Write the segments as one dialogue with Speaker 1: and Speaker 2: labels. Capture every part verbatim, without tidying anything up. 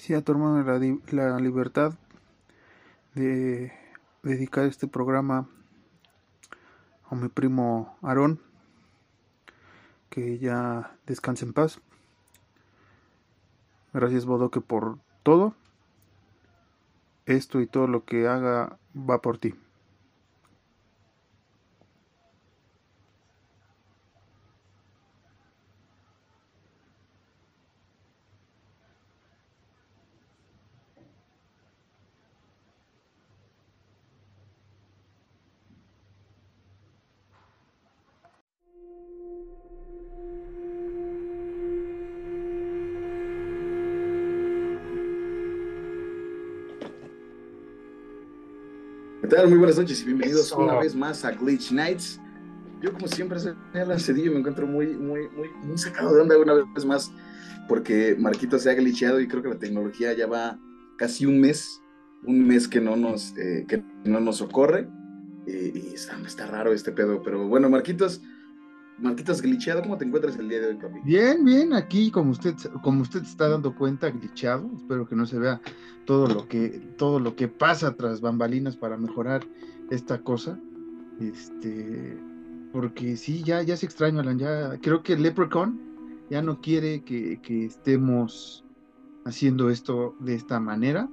Speaker 1: sí a tomarme la, di- la libertad de dedicar este programa a mi primo Aarón, que ya descanse en paz. Gracias, Bodoque, por todo. Esto y todo lo que haga va por ti.
Speaker 2: ¿Qué tal? Muy buenas noches y bienvenidos una
Speaker 3: Eso.
Speaker 2: vez más a Glitch Nights. Yo, como siempre, soy Alan Cedillo y me encuentro muy, muy, muy, muy sacado de onda una vez más porque Marquito se ha glitcheado y creo que la tecnología ya va casi un mes, un mes que no nos, eh, que no nos socorre y, y está, está raro este pedo. Pero bueno, Marquitos, Marquitos glitcheado, ¿cómo te encuentras el día de hoy, papi?
Speaker 3: Bien, bien, aquí como usted, como usted está dando cuenta, glitchado. Espero que no se vea todo lo que, todo lo que pasa tras bambalinas para mejorar esta cosa. Este, porque sí, ya, ya se extraño, Alan. Ya creo que el Leprechaun ya no quiere que, que estemos haciendo esto de esta manera.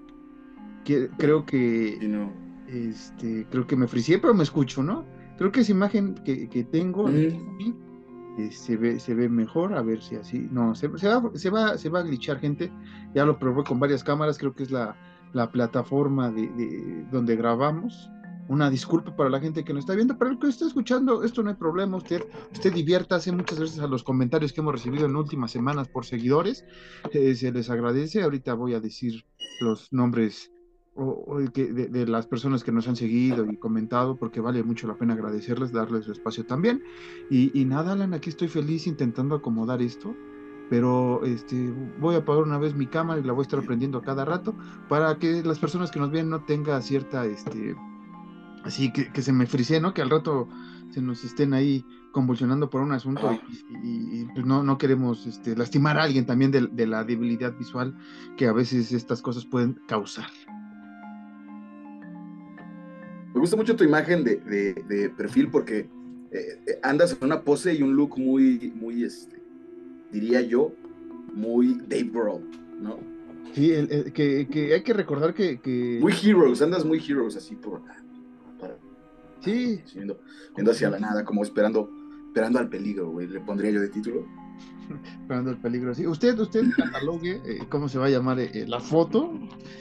Speaker 3: Que, creo que
Speaker 2: Y no.
Speaker 3: este, creo que me fricié, pero me escucho, ¿no? Creo que esa imagen que, que tengo de
Speaker 2: Mm.
Speaker 3: mí, eh, se ve, se ve mejor, a ver si así, no, se, se va, se va, se va a glitchar, gente, ya lo probé con varias cámaras, creo que es la, la plataforma de, de donde grabamos. Una disculpa para la gente que nos está viendo, para el que está escuchando, esto no hay problema, usted, usted diviértase, muchas gracias a los comentarios que hemos recibido en últimas semanas por seguidores, eh, se les agradece. Ahorita voy a decir los nombres o, o el que, de, de las personas que nos han seguido y comentado, porque vale mucho la pena agradecerles, darles su espacio también. Y, y nada, Alan, aquí estoy feliz intentando acomodar esto, pero este, voy a apagar una vez mi cámara y la voy a estar prendiendo a cada rato para que las personas que nos ven no tenga cierta, este, así que, que se me frisee, ¿no? Que al rato se nos estén ahí convulsionando por un asunto y,
Speaker 2: Ah,
Speaker 3: y- y, pues no, no queremos este, lastimar a alguien también de, de la debilidad visual que a veces estas cosas pueden causar.
Speaker 2: me gusta mucho tu imagen de, de, de perfil porque eh, eh, andas en una pose y un look muy, muy, este, diría yo, muy Dave Grohl, ¿no?
Speaker 3: Sí, el- el- que, que hay que recordar que, que
Speaker 2: Muy Heroes, andas muy Heroes así por, por
Speaker 3: sí,
Speaker 2: viendo, viendo
Speaker 3: como,
Speaker 2: hacia la nada, como esperando, esperando al peligro, güey, le pondría yo de título.
Speaker 3: esperando el peligro. Sí, usted, usted catalogue eh, cómo se va a llamar eh, eh, la foto.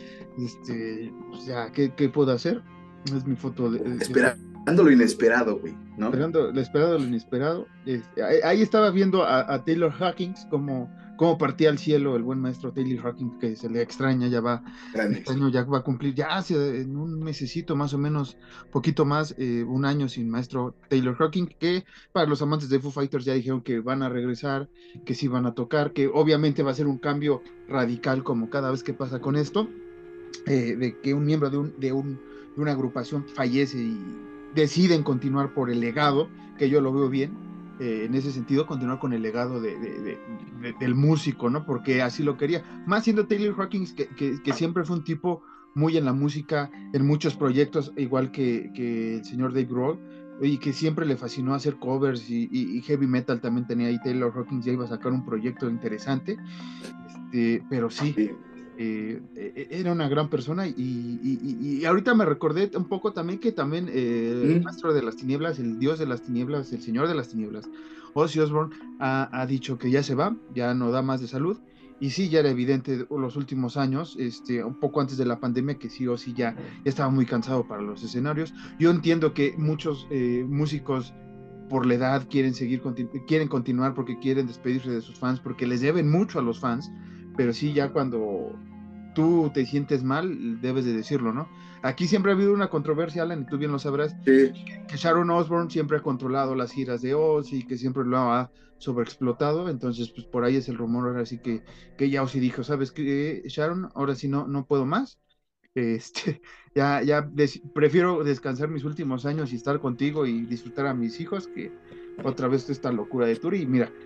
Speaker 3: Este, pues ya, ¿qué, qué puedo hacer? Es mi foto de, de- de-
Speaker 2: Esperando lo inesperado, güey, ¿no?
Speaker 3: esperando, lo esperado, lo inesperado. Este, ahí, ahí estaba viendo a, a Taylor Hawkins cómo, cómo partía al cielo el buen maestro Taylor Hawkins, que se le extraña, ya va,
Speaker 2: Grande,
Speaker 3: este
Speaker 2: sí.
Speaker 3: año ya va a cumplir, ya hace en un mesecito más o menos, poquito más, eh, un año sin maestro Taylor Hawkins, que para los amantes de Foo Fighters ya dijeron que van a regresar, que sí van a tocar, que obviamente va a ser un cambio radical como cada vez que pasa con esto, eh, de que un miembro de, un, de, un, de, una agrupación fallece y deciden continuar por el legado, que yo lo veo bien, eh, en ese sentido, continuar con el legado de, de, de, de, del músico, ¿no? Porque así lo quería. Más siendo Taylor Hawkins, que, que, que siempre fue un tipo muy en la música, en muchos proyectos, igual que, que el señor Dave Grohl, y que siempre le fascinó hacer covers y, y, y heavy metal también tenía ahí. Taylor Hawkins ya iba a sacar un proyecto interesante, este, pero sí,
Speaker 2: Sí.
Speaker 3: eh, eh, era una gran persona y, y, y, y, ahorita me recordé un poco también que también eh, el
Speaker 2: Mm.
Speaker 3: maestro de las tinieblas, el dios de las tinieblas, el señor de las tinieblas, Ozzy Osbourne, ha, ha, dicho que ya se va, ya no da más de salud. Y sí, ya era evidente los últimos años, este, un poco antes de la pandemia, que sí, Ozzy ya, ya estaba muy cansado para los escenarios. Yo entiendo que muchos eh, músicos por la edad quieren seguir, continu quieren continuar porque quieren despedirse de sus fans, porque les deben mucho a los fans, pero sí, ya cuando tú te sientes mal, debes de decirlo, ¿no? Aquí siempre ha habido una controversia, Alan, y tú bien lo sabrás,
Speaker 2: Sí.
Speaker 3: que Sharon Osbourne siempre ha controlado las giras de Ozzy, que siempre lo ha sobreexplotado, entonces pues por ahí es el rumor, ahora sí que, que ya Ozzy dijo, ¿sabes qué, Sharon? Ahora sí no, no puedo más, este, ya, ya des prefiero descansar mis últimos años y estar contigo y disfrutar a mis hijos que otra vez esta locura de tour. Y mira,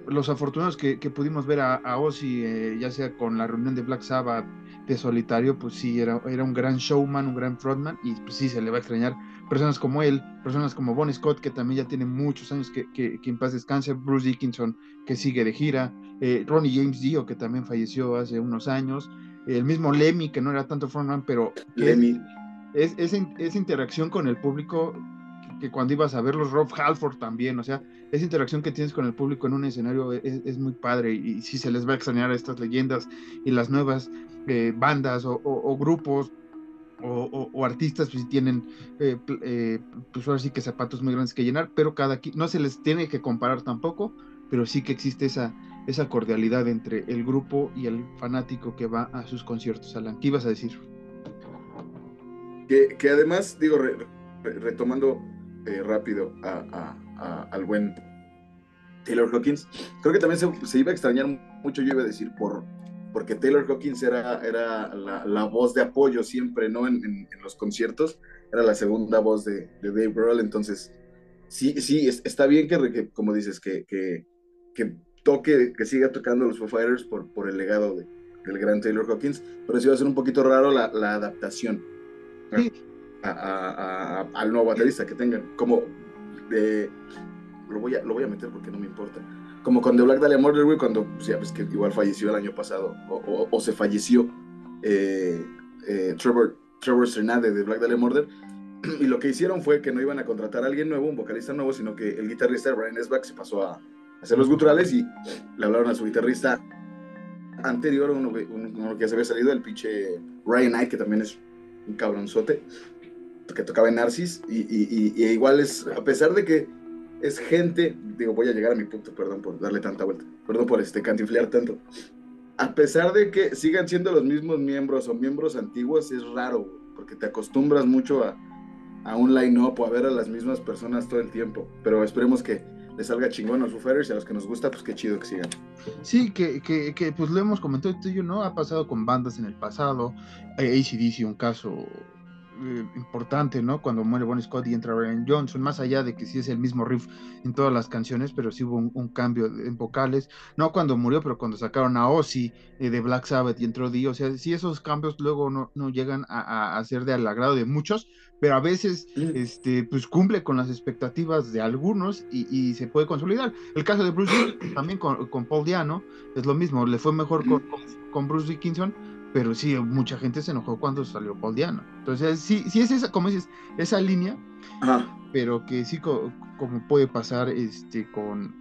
Speaker 3: los afortunados que, que pudimos ver a, a Ozzy, eh, ya sea con la reunión de Black Sabbath de solitario, pues sí, era, era un gran showman, un gran frontman, y pues sí, se le va a extrañar. Personas como él, personas como Bon Scott, que también ya tiene muchos años que, que, que en paz descanse, Bruce Dickinson, que sigue de gira, eh, Ronnie James Dio, que también falleció hace unos años, el mismo Lemmy, que no era tanto frontman, pero que es,
Speaker 2: Lemmy.
Speaker 3: es, es, esa interacción con el público, que, que cuando ibas a verlos, Rob Halford también, o sea, esa interacción que tienes con el público en un escenario es, es muy padre, y, y sí se les va a extrañar a estas leyendas y las nuevas eh, bandas o, o, o grupos o, o, o, artistas, pues tienen eh, eh, pues ahora sí que zapatos muy grandes que llenar, pero cada no se les tiene que comparar tampoco, pero sí que existe esa, esa cordialidad entre el grupo y el fanático que va a sus conciertos. Alan, ¿qué ibas a decir?
Speaker 2: Que, que además, digo, re, re, retomando eh, rápido a, a, a, al buen Taylor Hawkins, creo que también se, se iba a extrañar mucho, yo iba a decir, por, porque Taylor Hawkins era, era la, la voz de apoyo siempre, ¿no? En, en, en los conciertos, era la segunda voz de, de Dave Grohl, entonces, sí, sí, es, está bien que, que, como dices, que, que, que toque, que siga tocando los Foo Fighters por, por el legado de, del gran Taylor Hawkins, pero sí va a ser un poquito raro la, la adaptación
Speaker 3: Sí.
Speaker 2: a, a, a, a, al nuevo baterista que tengan, como de... Lo voy, a, lo voy a meter porque no me importa. Como con The Black Dahlia Murder, güey, cuando pues, ya ves que igual falleció el año pasado, o, o, o se falleció eh, eh, Trevor, Trevor Strnad de The Black Dahlia Murder, y lo que hicieron fue que no iban a contratar a alguien nuevo, un vocalista nuevo, sino que el guitarrista Brian Esbach se pasó a hacer los guturales y le hablaron a su guitarrista anterior, uno, uno, uno que se había salido, el pinche Ryan Knight, que también es un cabronzote, que tocaba en Narcis, y, y, y, y igual es, a pesar de que es gente, digo, voy a llegar a mi punto, perdón por darle tanta vuelta, perdón por este cantinflear tanto, a pesar de que sigan siendo los mismos miembros o miembros antiguos, es raro, porque te acostumbras mucho a, a un line-up o a ver a las mismas personas todo el tiempo, pero esperemos que les salga chingón a los Foo Fighters y a los que nos gusta, pues qué chido que sigan.
Speaker 3: Sí, que, que, que pues lo hemos comentado tú y yo, ¿no? Ha pasado con bandas en el pasado, A C D C, un caso eh, importante, ¿no? Cuando muere Bon Scott y entra Brian Johnson, más allá de que sí es el mismo riff en todas las canciones, pero sí hubo un, un cambio en vocales, no cuando murió, pero cuando sacaron a Ozzy eh, de Black Sabbath y entró Dio, o sea, sí esos cambios luego no, no llegan a, a, a ser de al agrado de muchos, pero a veces este, pues cumple con las expectativas de algunos y, y se puede consolidar. El caso de Bruce Dickinson también con, con Paul Diano es lo mismo, le fue mejor con, con, con Bruce Dickinson, pero sí, mucha gente se enojó cuando salió Paul Diano. Entonces, sí, sí es esa, como dices, esa línea,
Speaker 2: Ajá.
Speaker 3: pero que sí co como puede pasar este con,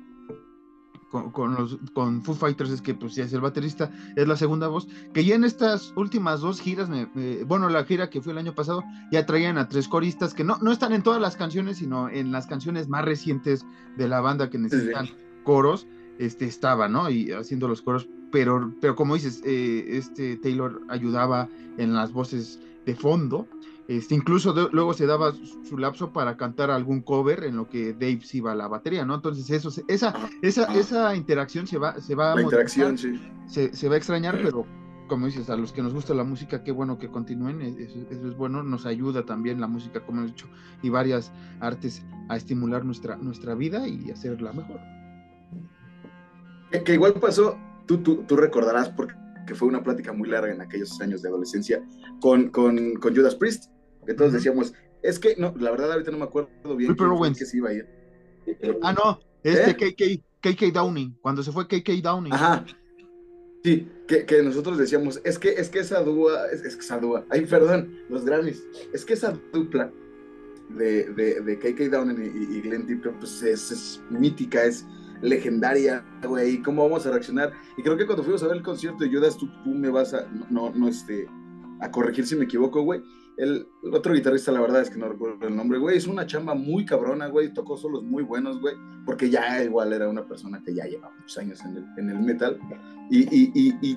Speaker 3: con, con, los, con Foo Fighters, es que pues ya es el baterista, es la segunda voz, que ya en estas últimas dos giras, me, me, bueno, la gira que fue el año pasado, ya traían a tres coristas que no, no están en todas las canciones, sino en las canciones más recientes de la banda que necesitan sí. coros, este estaba, ¿no? Y haciendo los coros, pero, pero como dices, eh, este Taylor ayudaba en las voces de fondo, este, incluso de, luego se daba su, su lapso para cantar algún cover en lo que Dave se iba a la batería, ¿no? Entonces eso, esa, esa, esa interacción se va, se va a
Speaker 2: la interacción, sí.
Speaker 3: se, se va a extrañar, pero como dices, a los que nos gusta la música, qué bueno que continúen, eso, eso es bueno, nos ayuda también la música, como hemos dicho, y varias artes a estimular nuestra, nuestra vida y hacerla mejor.
Speaker 2: Que, que igual pasó, tú, tú, tú recordarás, porque que fue una plática muy larga en aquellos años de adolescencia, con, con, con Judas Priest, que todos uh-huh. decíamos, es que, no, la verdad ahorita no me acuerdo bien quién fue el que se iba a ir.
Speaker 3: Ah, no, este ¿Eh? K K, K K Downing, cuando se fue K K Downing.
Speaker 2: Ajá, sí, que, que nosotros decíamos, es que, es que esa dúa, es, es que esa dúa, ay, perdón, los Grammys, es que esa dupla de, de, de K K Downing y, y Glenn Tipton, pues es, es mítica, es legendaria, güey, ¿cómo vamos a reaccionar? Y creo que cuando fuimos a ver el concierto de Judas, tú, tú me vas a, no, no, este, a corregir si me equivoco, güey, el, el otro guitarrista, la verdad es que no recuerdo el nombre, güey, es una chamba muy cabrona, güey, tocó solos muy buenos, güey, porque ya igual era una persona que ya llevaba muchos años en el, en el metal, y, y, y, y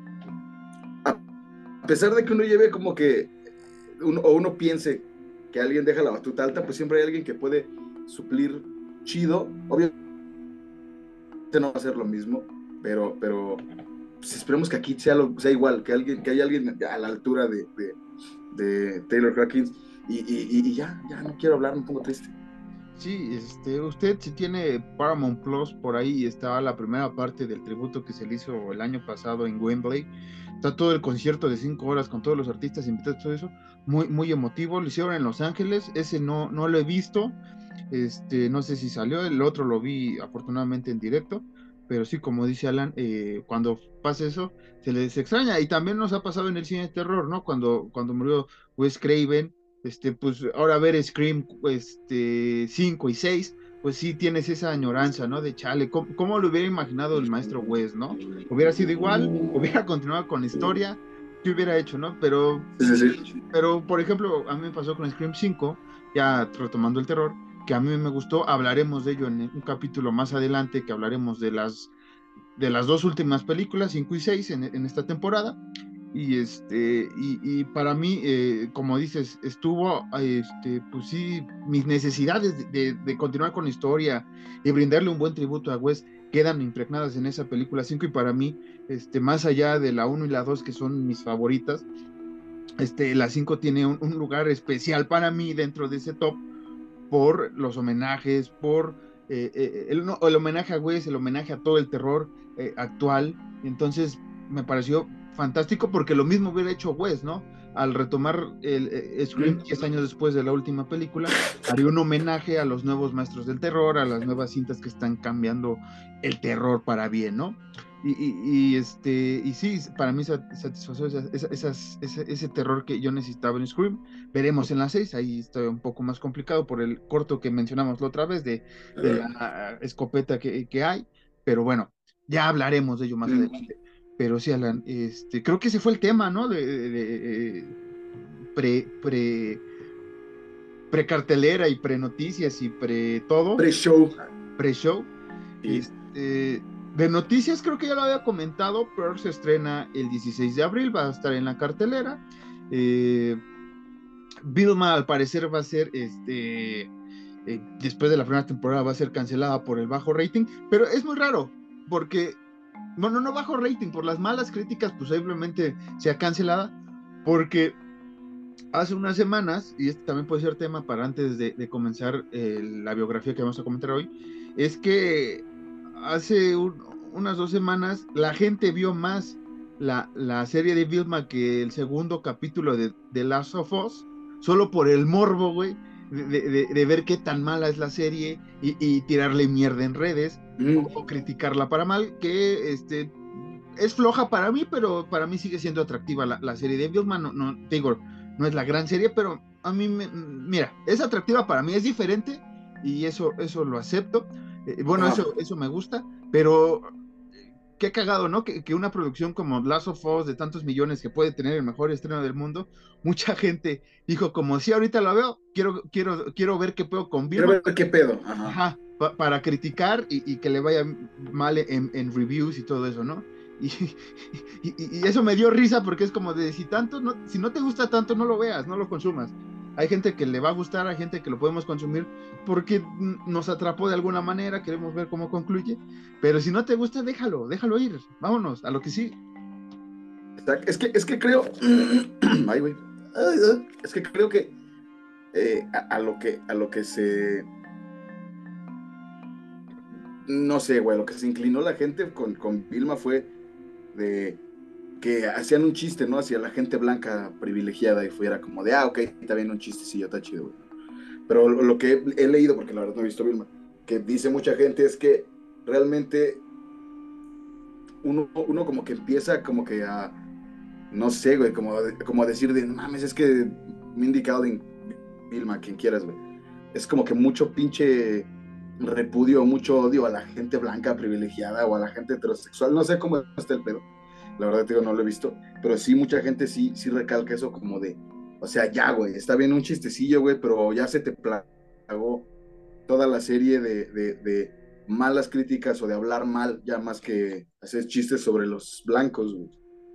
Speaker 2: a pesar de que uno lleve como que, uno, o uno piense que alguien deja la batuta alta, pues siempre hay alguien que puede suplir chido, obviamente no va a ser lo mismo, pero, pero pues esperemos que aquí sea, lo, sea igual, que, alguien, que haya alguien a la altura de, de, de Taylor Hawkins, y, y, y ya, ya no quiero hablar, me pongo triste.
Speaker 3: Sí, este, usted si tiene Paramount Plus por ahí, estaba la primera parte del tributo que se le hizo el año pasado en Wembley. Está todo el concierto de cinco horas con todos los artistas invitados, todo eso, muy, muy emotivo. Lo hicieron en Los Ángeles, ese no, no lo he visto, este, no sé si salió, el otro lo vi afortunadamente en directo, pero sí, como dice Alan, eh, cuando pasa eso, se les extraña. Y también nos ha pasado en el cine de terror, ¿no? Cuando, cuando murió Wes Craven, este, pues ahora ver Scream este, cinco y seis, pues sí tienes esa añoranza, ¿no? De chale, ¿cómo, cómo lo hubiera imaginado el maestro Wes, ¿no? Hubiera sido igual, hubiera continuado con la historia, ¿qué hubiera hecho, no? Pero,
Speaker 2: Sí, sí, sí.
Speaker 3: pero, por ejemplo, a mí me pasó con Scream cinco, ya retomando el terror, que a mí me gustó, hablaremos de ello en un capítulo más adelante, que hablaremos de las, de las dos últimas películas, cinco y seis, en, en esta temporada. Y este, y, y para mí, eh, como dices, estuvo, este, pues sí, mis necesidades de, de, de, continuar con la historia y brindarle un buen tributo a Wes quedan impregnadas en esa película cinco, y para mí, este, más allá de la uno y la dos, que son mis favoritas, este, la cinco tiene un, un lugar especial para mí dentro de ese top por los homenajes, por eh, eh, el, no, el homenaje a Wes, el homenaje a todo el terror eh, actual. Entonces me pareció fantástico, porque lo mismo hubiera hecho Wes, ¿no? Al retomar el eh, Scream diez años después de la última película, haría un homenaje a los nuevos maestros del terror, a las nuevas cintas que están cambiando el terror para bien, ¿no? Y, y, y este y sí, para mí satisfació esa, esa, esas, ese, ese terror que yo necesitaba en Scream. Veremos en las seis, ahí está un poco más complicado por el corto que mencionamos la otra vez de, de la escopeta que, que hay, pero bueno, ya hablaremos de ello más adelante. Pero sí, Alan, este, creo que ese fue el tema, ¿no? De, de, de pre, pre, pre cartelera y pre noticias y pre todo.
Speaker 2: Pre-show.
Speaker 3: Pre-show. Sí. Este, de noticias creo que ya lo había comentado, pero se estrena el dieciséis de abril, va a estar en la cartelera. Eh, Vilma al parecer va a ser, este, eh, después de la primera temporada va a ser cancelada por el bajo rating, pero es muy raro, porque, bueno, no bajo rating, por las malas críticas, pues simplemente sea cancelada, porque hace unas semanas, y este también puede ser tema para antes de, de comenzar eh, la biografía que vamos a comentar hoy, es que hace un, unas dos semanas la gente vio más la, la serie de Vilma que el segundo capítulo de The Last of Us, solo por el morbo, güey, de, de, de ver qué tan mala es la serie y, y tirarle mierda en redes, mm. o, o criticarla para mal, que este es floja para mí, pero para mí sigue siendo atractiva la, la serie de Vilma. No, no, digo, no es la gran serie, pero a mí, me, mira, es atractiva para mí, es diferente, y eso, eso lo acepto. Eh, bueno, ah. eso, eso me gusta, pero qué cagado, ¿no? Que, que una producción como Last of Us, de tantos millones, que puede tener el mejor estreno del mundo, mucha gente dijo, como si ahorita lo veo, quiero, quiero, quiero ver qué pedo con Vilma.
Speaker 2: Quiero ver qué pedo. Ajá.
Speaker 3: Ajá, pa, para criticar y, y que le vaya mal en, en reviews y todo eso, ¿no? Y, y, y, eso me dio risa, porque es como de, si tanto, no, si no te gusta tanto, no lo veas, no lo consumas. Hay gente que le va a gustar, hay gente que lo podemos consumir porque nos atrapó de alguna manera, queremos ver cómo concluye, pero si no te gusta, déjalo, déjalo ir, vámonos, a lo que sí.
Speaker 2: Es que, es que creo, ay, güey, es que creo que, eh, a, a lo que, a lo que se, no sé, güey, lo que se inclinó la gente con, con Vilma fue de que hacían un chiste, ¿no? Hacia la gente blanca privilegiada, y fuera como de, ah, ok, está bien un chistecillo, está chido, güey. Pero lo, lo que he, he leído, porque la verdad no he visto Vilma, que dice mucha gente es que realmente uno, uno como que empieza como que a, no sé, güey, como, como a decir de, mames, es que Mindy Kaling, Vilma, quien quieras, güey, es como que mucho pinche repudio, mucho odio a la gente blanca privilegiada o a la gente heterosexual, no sé cómo está el pedo. La verdad, te digo, no lo he visto, pero sí, mucha gente sí, sí recalca eso como de, o sea, ya, güey, está bien un chistecillo, güey, pero ya se te plagó toda la serie de, de, de malas críticas o de hablar mal, ya más que hacer chistes sobre los blancos, güey.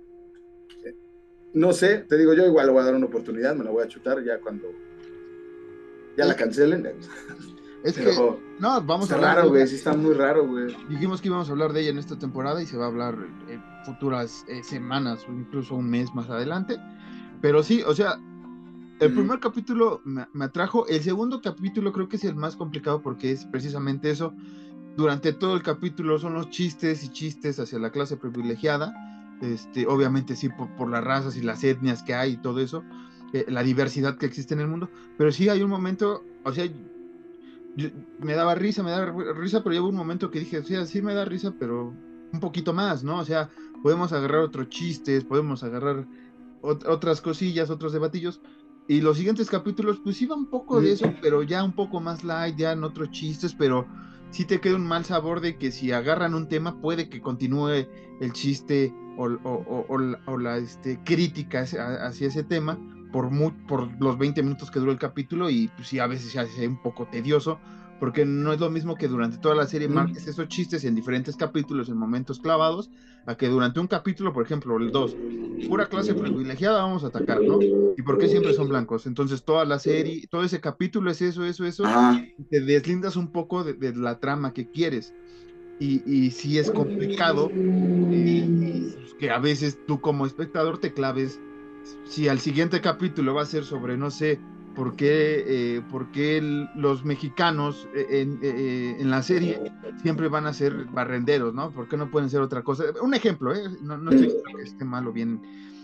Speaker 2: No sé, te digo, yo igual le voy a dar una oportunidad, me la voy a chutar ya cuando ya es la cancelen.
Speaker 3: Es pero, que, no, vamos
Speaker 2: a hablar raro, güey, sí está muy raro, güey.
Speaker 3: Dijimos que íbamos a hablar de ella en esta temporada y se va a hablar en futuras eh, semanas o incluso un mes más adelante. Pero sí, o sea, el primer capítulo me, me atrajo, el segundo capítulo creo que es el más complicado porque es precisamente eso. Durante todo el capítulo son los chistes y chistes hacia la clase privilegiada, este, obviamente sí por, por las razas y las etnias que hay y todo eso, eh, la diversidad que existe en el mundo, pero sí hay un momento, o sea, yo, me daba risa, me daba risa, pero llegó un momento que dije, o sea, sí me da risa, pero un poquito más, ¿no? O sea, podemos agarrar otros chistes, podemos agarrar ot otras cosillas, otros debatillos, y los siguientes capítulos, pues iba un poco de eso, pero ya un poco más light, ya en otros chistes, pero sí te queda un mal sabor de que si agarran un tema, puede que continúe el chiste o, o, o, o la, o la este, crítica hacia, hacia ese tema por, muy, por los veinte minutos que duró el capítulo, y pues sí, a veces se hace un poco tedioso, porque no es lo mismo que durante toda la serie marques esos chistes en diferentes capítulos, en momentos clavados, a que durante un capítulo, por ejemplo, el dos, pura clase privilegiada vamos a atacar, ¿no? ¿Y por qué siempre son blancos? Entonces toda la serie, todo ese capítulo es eso, eso, eso,
Speaker 2: Ajá.
Speaker 3: y te deslindas un poco de, de la trama que quieres. Y, y sí es complicado eh, pues, que a veces tú como espectador te claves si al siguiente capítulo va a ser sobre, no sé, por qué, eh, por qué el, los mexicanos en, eh, en, la serie siempre van a ser barrenderos, ¿no? ¿Por qué no pueden ser otra cosa? Un ejemplo, ¿eh? No, no estoy diciendo que esté mal o bien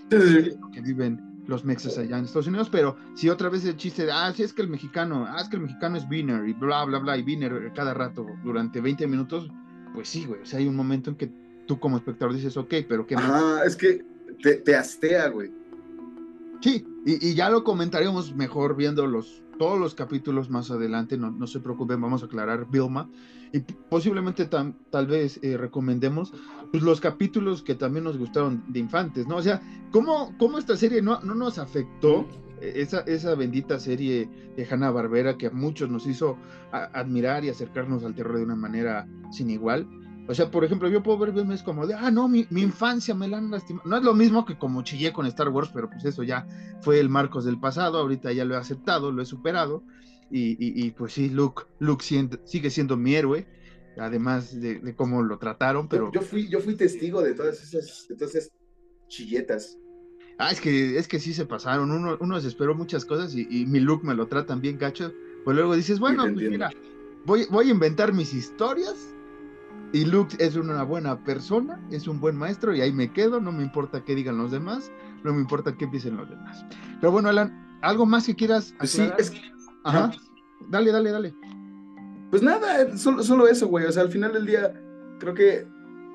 Speaker 3: que viven los mexas allá en Estados Unidos, pero si otra vez el chiste de, ah, sí es que el mexicano, ah, es que el mexicano es Viner y bla, bla, bla, y Viner cada rato durante veinte minutos, pues sí, güey, o sea, hay un momento en que tú como espectador dices, ok, pero ¿qué más?
Speaker 2: Ajá, es que te, te hastea, güey.
Speaker 3: Sí, y, y ya lo comentaremos mejor viendo los, todos los capítulos más adelante, no, no se preocupen, vamos a aclarar Vilma, y posiblemente tam, tal vez eh, recomendemos pues, los capítulos que también nos gustaron de infantes, ¿no? O sea, ¿cómo, cómo esta serie no, no nos afectó? Esa, esa bendita serie de Hanna-Barbera que a muchos nos hizo a, admirar y acercarnos al terror de una manera sin igual. O sea, por ejemplo, yo puedo ver memes como de, ah, no, mi, mi infancia me la han lastimado. No es lo mismo que como chillé con Star Wars, pero pues eso ya fue el Marcos del pasado, ahorita ya lo he aceptado, lo he superado. Y, y, y pues sí, Luke, Luke siendo, sigue siendo mi héroe, además de, de cómo lo trataron, pero...
Speaker 2: Yo, yo, fui, yo fui testigo de todas esas, de todas esas chilletas.
Speaker 3: Ah, es que, es que sí se pasaron, uno, uno se esperó muchas cosas y, y mi Luke me lo tratan bien gacho, pues luego dices, bueno,
Speaker 2: Sí,
Speaker 3: pues mira, voy, voy a inventar mis historias. Y Luke es una buena persona, es un buen maestro y ahí me quedo, no me importa qué digan los demás, no me importa qué piensen los demás. Pero bueno, Alan, ¿algo más que quieras
Speaker 2: pues sí, es que...
Speaker 3: Ajá, Ajá. Dale, dale, dale.
Speaker 2: Pues nada, solo, solo eso, güey, o sea, al final del día, creo que,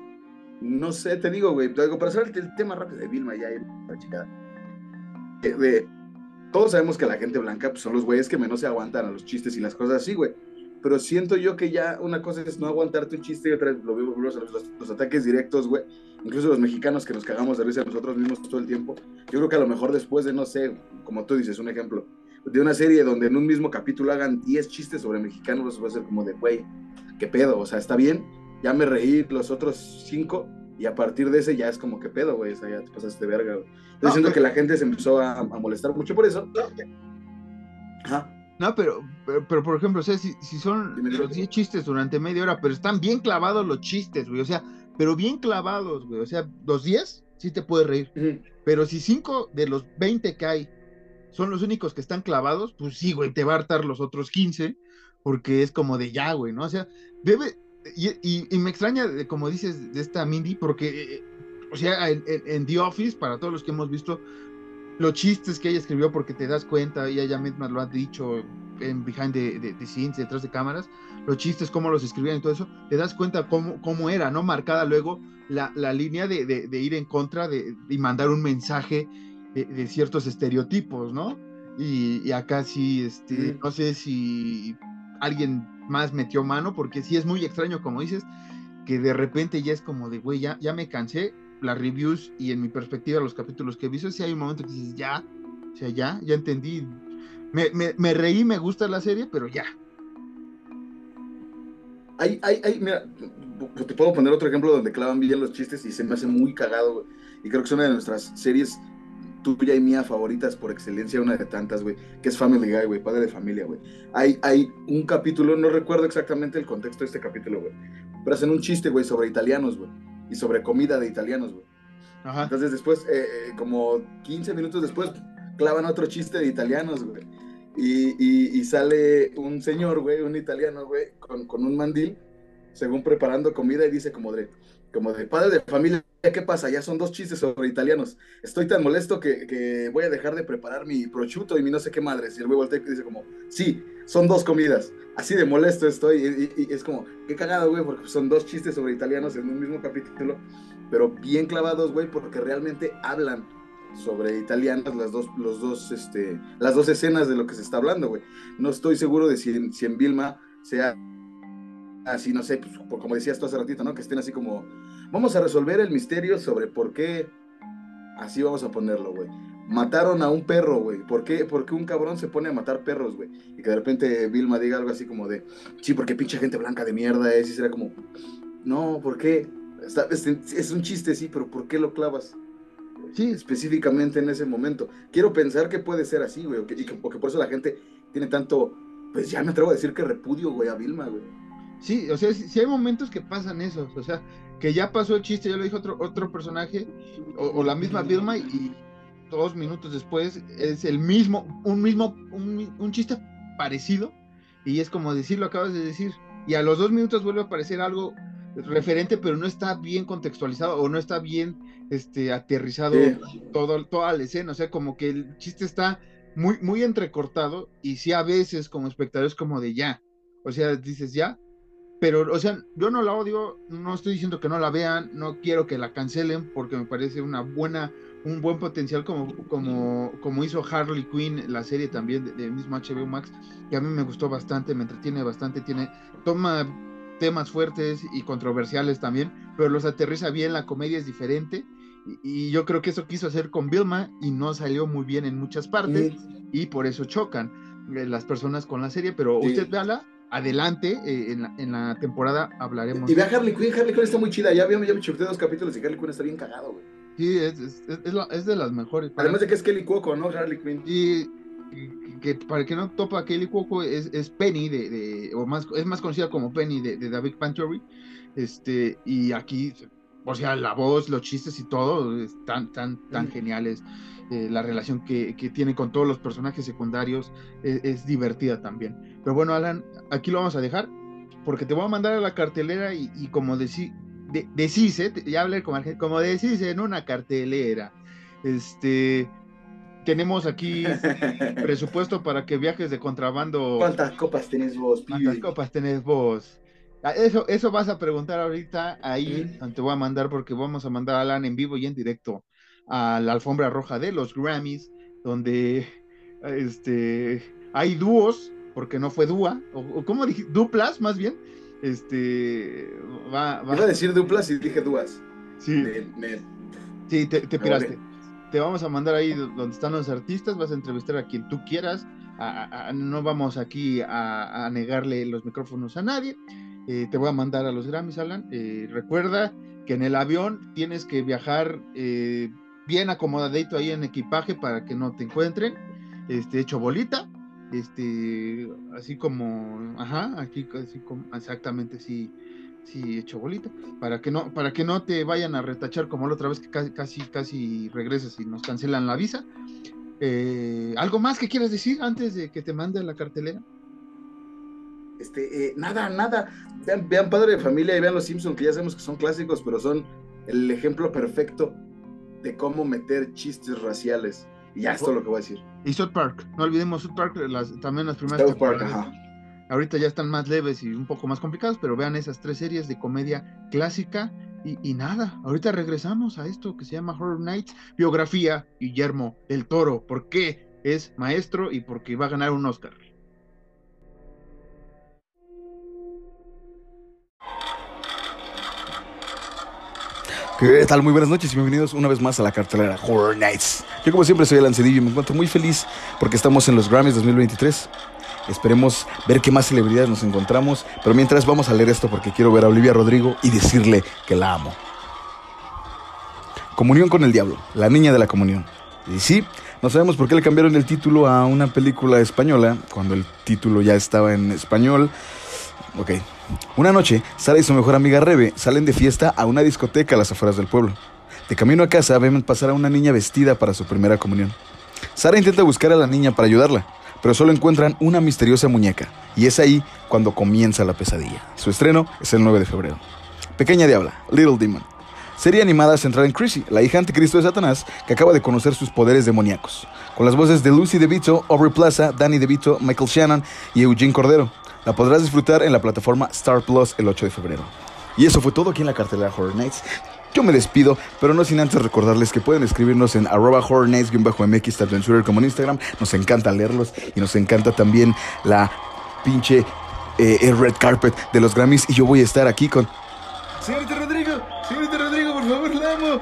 Speaker 2: no sé, te digo, güey, para hacer el, el tema rápido de Vilma, ya, la chica, de, de, todos sabemos que la gente blanca pues, son los güeyes que menos se aguantan a los chistes y las cosas así, güey. Pero siento yo que ya una cosa es no aguantarte un chiste y otra es lo vemos los, los, los ataques directos, güey. Incluso los mexicanos que nos cagamos de risa nosotros mismos todo el tiempo. Yo creo que a lo mejor después de, no sé, como tú dices, un ejemplo, de una serie donde en un mismo capítulo hagan diez chistes sobre mexicanos, va a ser como de, güey, ¿qué pedo? O sea, está bien, ya me reí los otros cinco y a partir de ese ya es como, ¿qué pedo, güey? O sea, ya te pasaste de verga, güey. Entonces no, siento pero... que la gente se empezó a, a molestar mucho por eso.
Speaker 3: Ajá. No, pero, pero, pero, por ejemplo, o sea, si, si son los diez chistes durante media hora, pero están bien clavados los chistes, güey, o sea, pero bien clavados, güey, o sea, los diez sí te puedes reír, uh-huh. Pero si cinco de los veinte que hay son los únicos que están clavados, pues sí, güey, te va a hartar los otros quince, porque es como de ya, güey, ¿no? O sea, debe, y, y, y me extraña, como dices, de esta Mindy, porque, o sea, en, en, en The Office, para todos los que hemos visto, los chistes que ella escribió, porque te das cuenta, y ella misma lo ha dicho en Behind the, the, the Scenes, detrás de cámaras, los chistes, cómo los escribían y todo eso, te das cuenta cómo, cómo era, ¿no? Marcada luego la, la línea de, de, de ir en contra de, de mandar un mensaje de, de ciertos estereotipos, ¿no? Y, y acá sí, este, mm. no sé si alguien más metió mano, porque sí es muy extraño, como dices, que de repente ya es como de, güey, ya, ya me cansé. Las reviews y en mi perspectiva los capítulos que he visto, sí hay un momento que dices, ya, o sea, ya, ya entendí, me, me, me reí, me gusta la serie, pero ya.
Speaker 2: Hay, hay, hay, mira, te puedo poner otro ejemplo donde clavan bien los chistes y se me hace muy cagado, güey, y creo que es una de nuestras series tuya y mía favoritas por excelencia, una de tantas, güey, que es Family Guy, güey, padre de familia, güey. Hay, hay un capítulo, no recuerdo exactamente el contexto de este capítulo, güey, pero hacen un chiste, güey, sobre italianos, güey, y sobre comida de italianos, güey. Ajá. Entonces después, eh, como quince minutos después, clavan otro chiste de italianos, güey. Y, y, y sale un señor, güey, un italiano, güey, con, con un mandil, según preparando comida, y dice como de, como de padre de familia, ¿qué pasa? Ya son dos chistes sobre italianos. Estoy tan molesto que, que voy a dejar de preparar mi prosciutto y mi no sé qué madres. Y el güey voltea y dice como, sí, son dos comidas. Así de molesto estoy. Y, y, y es como, qué cagado, güey, porque son dos chistes sobre italianos en un mismo capítulo, pero bien clavados, güey, porque realmente hablan sobre italianas las dos, los dos, este, las dos escenas de lo que se está hablando, güey. No estoy seguro de si en, si en Vilma sea así, no sé, pues, como decías tú hace ratito, ¿no? Que estén así como, vamos a resolver el misterio sobre por qué, así vamos a ponerlo, güey. Mataron a un perro, güey. ¿Por qué? Porque un cabrón se pone a matar perros, güey. Y que de repente Vilma diga algo así como de, sí, porque pinche gente blanca de mierda es. Y será como, no, ¿por qué? Está, es, es un chiste, sí, pero ¿por qué lo clavas? Sí, específicamente en ese momento. Quiero pensar que puede ser así, güey, o que, y que, o que por eso la gente tiene tanto, pues ya me atrevo a decir que repudio, güey, a Vilma, güey.
Speaker 3: Sí, o sea, si, si hay momentos que pasan esos, o sea, que ya pasó el chiste, ya lo dijo otro, otro personaje, o, o la misma Vilma, y dos minutos después es el mismo, un mismo, un, un chiste parecido, y es como decir, lo acabas de decir, y a los dos minutos vuelve a aparecer algo referente, pero no está bien contextualizado, o no está bien este, aterrizado sí. todo, toda la escena, o sea, como que el chiste está muy, muy entrecortado, y sí a veces como espectadores como de ya, o sea, dices ya, pero, o sea, yo no la odio, no estoy diciendo que no la vean, no quiero que la cancelen, porque me parece una buena, un buen potencial como, como, como hizo Harley Quinn, la serie también de, de mismo H B O Max, que a mí me gustó bastante, me entretiene bastante, tiene, toma temas fuertes y controversiales también, pero los aterriza bien, la comedia es diferente, y, y yo creo que eso quiso hacer con Vilma, y no salió muy bien en muchas partes, mm. y por eso chocan eh, las personas con la serie, pero sí. Usted véala, adelante, eh, en, la, en la temporada hablaremos.
Speaker 2: Y ve a Harley Quinn, Harley Quinn está muy chida, ya, ya, ya me chuté dos capítulos y Harley Quinn está bien cagado, güey.
Speaker 3: Sí, es, es, es, la, es de las mejores.
Speaker 2: Además de que es Kelly Cuoco, ¿no? Harley Quinn.
Speaker 3: Y que, que para el que no topa, Kelly Cuoco es, es Penny, de, de, o más, es más conocida como Penny de, de The Big Bang Theory, este, y aquí, o sea, la voz, los chistes y todo, están tan, tan mm. geniales. Eh, la relación que, que tiene con todos los personajes secundarios es, es divertida también. Pero bueno, Alan, aquí lo vamos a dejar porque te voy a mandar a la cartelera y, y como decí, de, decís, ¿eh? ya hablé como, como decís en una cartelera, este, tenemos aquí presupuesto para que viajes de contrabando.
Speaker 2: ¿Cuántas copas tenés vos, pibe?
Speaker 3: ¿Cuántas copas tenés vos? Eso, eso vas a preguntar ahorita, ahí ¿Mm? te voy a mandar porque vamos a mandar a Alan en vivo y en directo a la alfombra roja de los Grammys, donde este, hay dúos, porque no fue dúa, o, o ¿cómo dije? Duplas, más bien. Este, va, va.
Speaker 2: Iba a decir duplas y dije dúas.
Speaker 3: Sí,
Speaker 2: me, me...
Speaker 3: sí te, te piraste. Te vamos a mandar ahí donde están los artistas, vas a entrevistar a quien tú quieras, a, a, a, no vamos aquí a, a negarle los micrófonos a nadie. Eh, te voy a mandar a los Grammys, Alan. Eh, recuerda que en el avión tienes que viajar eh, bien acomodadito ahí en equipaje para que no te encuentren, este, hecho bolita, este, así como, ajá, aquí, así como, exactamente, sí, sí, hecho bolita, para que no, para que no te vayan a retachar como la otra vez que casi, casi, casi regresas y nos cancelan la visa. Eh, ¿algo más que quieras decir antes de que te mande a la cartelera?
Speaker 2: Este, eh, nada, nada, vean, vean Padre de Familia y vean Los Simpsons, que ya sabemos que son clásicos, pero son el ejemplo perfecto de cómo meter chistes raciales. Y ya es todo lo que voy a decir.
Speaker 3: Y South Park, no olvidemos South Park, las, también las primeras
Speaker 2: South Park, ajá.
Speaker 3: Ahorita ya están más leves y un poco más complicados, pero vean esas tres series de comedia clásica. Y, y nada, ahorita regresamos a esto que se llama Horror Nights, biografía Guillermo del Toro. ¿Por qué es maestro y porque va a ganar un Oscar?
Speaker 4: ¿Qué tal? Muy buenas noches y bienvenidos una vez más a la cartelera Horror Nights. Yo como siempre soy Alan Cedillo y me encuentro muy feliz porque estamos en los Grammys dos mil veintitrés. Esperemos ver qué más celebridades nos encontramos, pero mientras vamos a leer esto porque quiero ver a Olivia Rodrigo y decirle que la amo. Comunión con el diablo, la niña de la comunión. Y sí, no sabemos por qué le cambiaron el título a una película española cuando el título ya estaba en español. Ok. Una noche, Sara y su mejor amiga Rebe salen de fiesta a una discoteca a las afueras del pueblo. De camino a casa ven pasar a una niña vestida para su primera comunión. Sara intenta buscar a la niña para ayudarla, pero solo encuentran una misteriosa muñeca, y es ahí cuando comienza la pesadilla. Su estreno es el nueve de febrero. Pequeña Diabla, Little Demon. Serie animada centrada en Chrissy, la hija anticristo de Satanás, que acaba de conocer sus poderes demoníacos. Con las voces de Lucy DeVito, Aubrey Plaza, Danny DeVito, Michael Shannon y Eugene Cordero. La podrás disfrutar en la plataforma Star Plus el ocho de febrero. Y eso fue todo aquí en la cartelera Horror Nights. Yo me despido, pero no sin antes recordarles que pueden escribirnos en arroba horror nights-mx, tanto en Twitter como en Instagram. Nos encanta leerlos y nos encanta también la pinche eh, el red carpet de los Grammys. Y yo voy a estar aquí con... Señorita Rodrigo, señorita Rodrigo, por favor, la amo.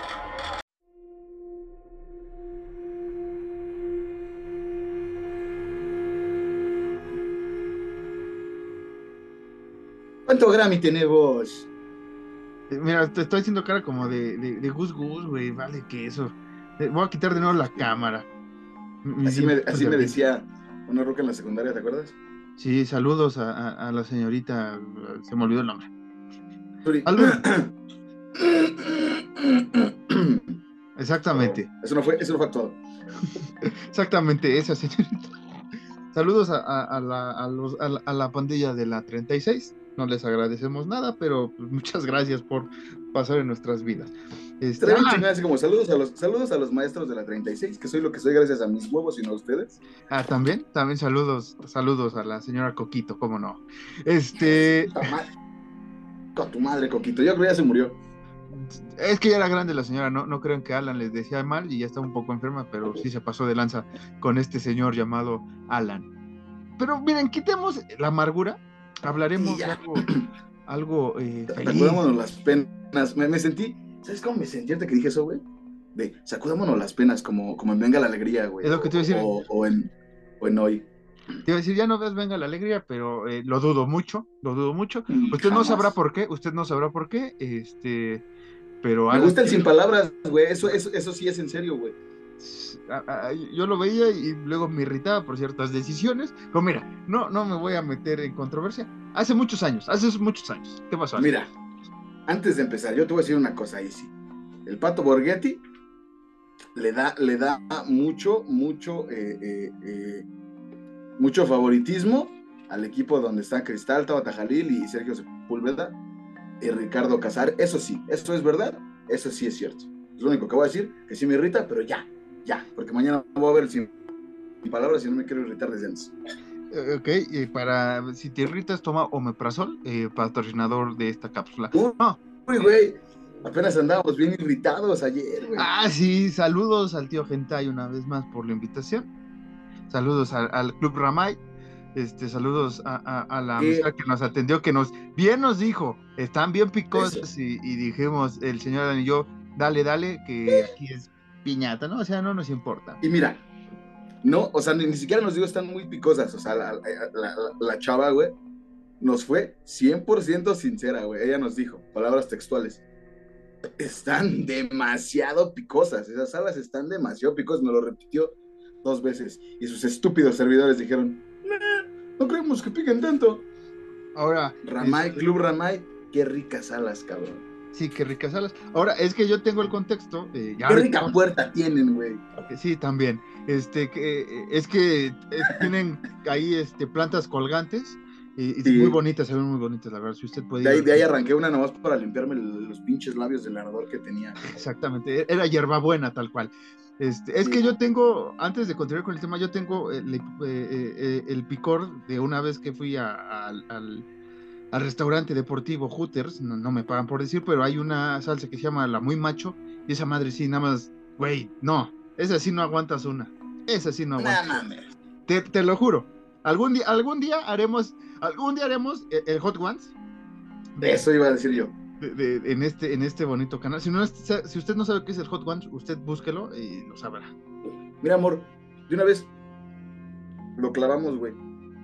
Speaker 2: ¿Cuánto Grammy tenés vos?
Speaker 3: Mira, te estoy haciendo cara como de, de, de Gus Gus, güey, vale que eso. Eh, Voy a quitar de nuevo la cámara. Mi
Speaker 2: Así me,
Speaker 3: tiempo
Speaker 2: así
Speaker 3: de
Speaker 2: me
Speaker 3: risa.
Speaker 2: decía una roca en la secundaria, ¿te acuerdas?
Speaker 3: Sí, saludos a, a, a la señorita, se me olvidó el nombre.
Speaker 2: Suri.
Speaker 3: Albert. Exactamente,
Speaker 2: Eso no fue, eso no fue actuado.
Speaker 3: exactamente, esa señorita. Saludos a, a, a la, a, los, a, la, a la pandilla de la treinta y seis. No les agradecemos nada, pero pues, muchas gracias por pasar en nuestras vidas. Este,
Speaker 2: Estaría bien
Speaker 3: ah,
Speaker 2: chingón, así como saludos a los saludos a los maestros de la treinta y seis, que soy lo que soy gracias a mis huevos y no a ustedes.
Speaker 3: ah, también, también saludos, saludos a la señora Coquito, cómo no. Este,
Speaker 2: Puta madre. Con tu madre, Coquito. Yo creo que ya se murió.
Speaker 3: es que ya era grande la señora, no, no crean que Alan les decía mal y ya está un poco enferma, pero sí se pasó de lanza con este señor llamado Alan. Pero miren, quitemos la amargura, hablaremos
Speaker 2: Sí,
Speaker 3: de
Speaker 2: ya.
Speaker 3: algo, algo eh, feliz.
Speaker 2: Sacudámonos las penas. Me, me sentí, ¿sabes cómo me sentí ahorita que dije eso, güey? De sacudámonos las penas, como, como en Venga la Alegría, güey.
Speaker 3: Es lo que te iba a decir.
Speaker 2: O, o en, o en Hoy.
Speaker 3: Te iba a decir, ya no ves Venga la Alegría, pero eh, lo dudo mucho, lo dudo mucho.
Speaker 2: Mm,
Speaker 3: Usted no
Speaker 2: jamás.
Speaker 3: sabrá por qué, usted no sabrá por qué, este, pero
Speaker 2: Me
Speaker 3: Alan,
Speaker 2: gusta el sin palabras, güey. Eso, eso, eso sí es en serio, güey.
Speaker 3: a- a- yo lo veía y luego me irritaba por ciertas decisiones. Como mira, no, no me voy a meter en controversia. Hace muchos años, hace muchos años. ¿Qué pasó?
Speaker 2: Mira, antes de empezar, yo te voy a decir una cosa, Isi. El Pato Borghetti le da, le da mucho, mucho, eh, eh, eh, mucho favoritismo al equipo donde están Cristal, Tabata Jalil y Sergio Sepúlveda y Ricardo Casar. Eso sí, eso es verdad, eso sí es cierto. Es lo único que voy a decir, que sí me irrita, pero ya, ya, porque mañana voy a ver sin palabras y no me quiero irritar desde antes.
Speaker 3: Eh, Ok, y para, si te irritas, toma Omeprazol, eh, patrocinador de esta cápsula.
Speaker 2: Uy,
Speaker 3: No,
Speaker 2: güey, apenas andábamos bien irritados ayer, güey.
Speaker 3: ah, sí, saludos al tío Gentai una vez más por la invitación. Saludos al, al Club Ramay. Este, saludos a, a, a la
Speaker 2: ¿Qué?
Speaker 3: amistad que nos atendió, que nos bien nos dijo, están bien picosas y, y dijimos, el señor Dan y yo, dale, dale, que aquí es piñata, ¿no? O sea, no nos importa.
Speaker 2: Y mira, no, o sea, ni, ni siquiera nos digo están muy picosas, o sea, la, la, la, la chava, güey, nos fue cien por ciento sincera, güey. Ella nos dijo, palabras textuales, están demasiado picosas, esas salas están demasiado picosas, nos lo repitió dos veces, y sus estúpidos servidores dijeron, "Nah, no creemos que piquen tanto".
Speaker 3: Ahora,
Speaker 2: Ramay,
Speaker 3: este,
Speaker 2: Club Ramay, qué ricas salas, cabrón.
Speaker 3: sí, qué ricas salas. Ahora, es que yo tengo el contexto, eh, ya
Speaker 2: Qué
Speaker 3: ahorita-
Speaker 2: rica puerta tienen, güey.
Speaker 3: que sí, también. Este, que, eh, es que eh, tienen ahí este, plantas colgantes y, y
Speaker 2: Sí.
Speaker 3: muy bonitas, se ven muy bonitas, la verdad. Si usted puede
Speaker 2: De ahí,
Speaker 3: ir-
Speaker 2: de ahí arranqué una nomás para limpiarme el- los pinches labios del ardor que tenía.
Speaker 3: Exactamente, era hierbabuena tal cual. Este, es
Speaker 2: Sí.
Speaker 3: que yo tengo, antes de continuar con el tema, yo tengo el, eh, eh, eh, el picor de una vez que fui a- a- al, al restaurante deportivo Hooters, no, no me pagan por decir, pero hay una salsa que se llama la muy macho, y esa madre sí, nada más, güey, no, esa sí no aguantas una, esa sí no
Speaker 2: Nah,
Speaker 3: aguantas.
Speaker 2: mames.
Speaker 3: Te, te lo juro, algún día, algún día haremos, algún día haremos el, el Hot Ones de-
Speaker 2: Eso iba a decir yo.
Speaker 3: de- de- en, este, en este bonito canal. Si, no, es- si usted no sabe qué es el Hot Ones, usted búsquelo y lo sabrá.
Speaker 2: Mira, amor, de una vez lo clavamos, güey.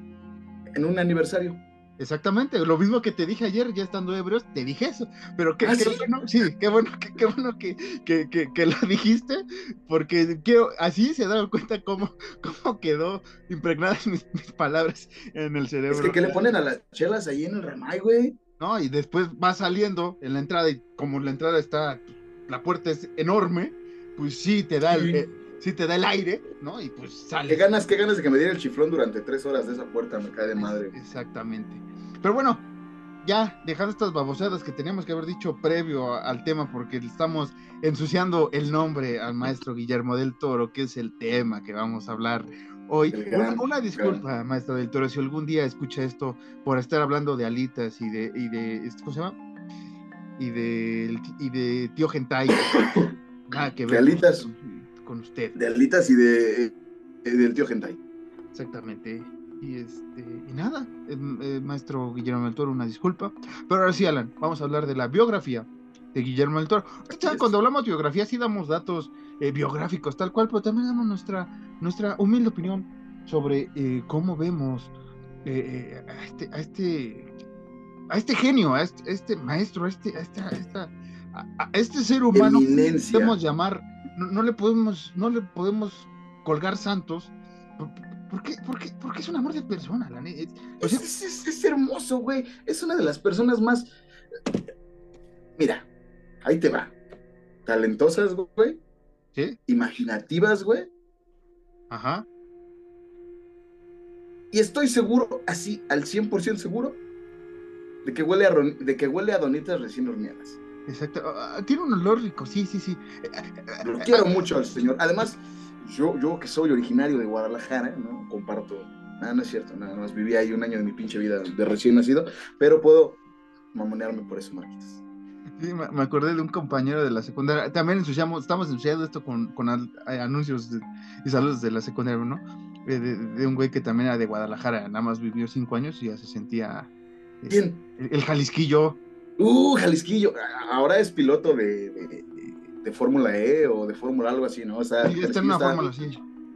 Speaker 2: En un aniversario.
Speaker 3: Exactamente, lo mismo que te dije ayer, ya estando ebrios, te dije eso, pero qué,
Speaker 2: ¿Ah,
Speaker 3: qué
Speaker 2: sí?
Speaker 3: bueno, sí, qué bueno, qué, qué bueno que, que, que, que lo dijiste, porque quiero, así se daron cuenta cómo, cómo quedó impregnadas mis, mis palabras en el cerebro.
Speaker 2: Es que, ¿qué le ponen a las chelas ahí en el Ramay, güey?
Speaker 3: ¿No? Y después va saliendo en la entrada y como la entrada está, la puerta es enorme, pues sí, te da el,
Speaker 2: Sí.
Speaker 3: el, sí te da el aire, ¿no? Y pues sales.
Speaker 2: Qué ganas, qué ganas de que me diera el chiflón durante tres horas de esa puerta, me cae de madre.
Speaker 3: Exactamente. Pero bueno, ya dejando estas babosadas que teníamos que haber dicho previo a, al tema, porque estamos ensuciando el nombre al maestro Guillermo del Toro, que es el tema que vamos a hablar hoy.
Speaker 2: Gran,
Speaker 3: una, una disculpa,
Speaker 2: gran.
Speaker 3: maestro del Toro, si algún día escucha esto por estar hablando de alitas y de, y de ¿cómo se llama? Y de, y de tío Hentai. Nada que ver
Speaker 2: alitas,
Speaker 3: con, con usted.
Speaker 2: De alitas y de, eh, del tío Hentai.
Speaker 3: Exactamente. Y este y nada, eh, eh, maestro Guillermo del Toro, una disculpa. Pero ahora sí, Alan, vamos a hablar de la biografía de Guillermo del Toro. ¿Saben? Cuando hablamos de biografía, sí damos datos eh, biográficos, tal cual, pero también damos nuestra, nuestra humilde opinión sobre eh, cómo vemos eh, a, este, a este a este genio, a este, a este maestro, a este, a esta, a esta, a, a este ser humano.
Speaker 2: Eminencia.
Speaker 3: Podemos llamar, no, no le podemos, no le podemos colgar santos. ¿Por qué? Porque, porque es un amor de persona, la neta.
Speaker 2: Es, es, es, es hermoso, güey. Es una de las personas más. Mira, ahí te va. Talentosas, güey.
Speaker 3: ¿Sí?
Speaker 2: Imaginativas, güey.
Speaker 3: Ajá.
Speaker 2: Y estoy seguro, así, al cien por ciento seguro, de que huele a, de que huele a donitas recién horneadas.
Speaker 3: Exacto. Uh, tiene un olor rico, sí, sí, sí.
Speaker 2: Lo quiero mucho al señor. Además. Yo, yo que soy originario de Guadalajara, ¿no? Comparto, nada, no es cierto, nada más viví ahí un año de mi pinche vida de recién nacido, pero puedo mamonearme por eso, Marquitos.
Speaker 3: Sí, me acordé de un compañero de la secundaria, también ensuciamos, estamos ensuciando esto con, con al, anuncios de, y saludos de la secundaria, ¿no? De, de, de un güey que también era de Guadalajara, nada más vivió cinco años y ya se sentía...
Speaker 2: ¿Quién?
Speaker 3: El, el Jalisquillo.
Speaker 2: Uh, Jalisquillo, ahora es piloto de... de, de... de Fórmula E o de Fórmula algo así, ¿no? O sea,
Speaker 3: sí, está en una Fórmula, sí.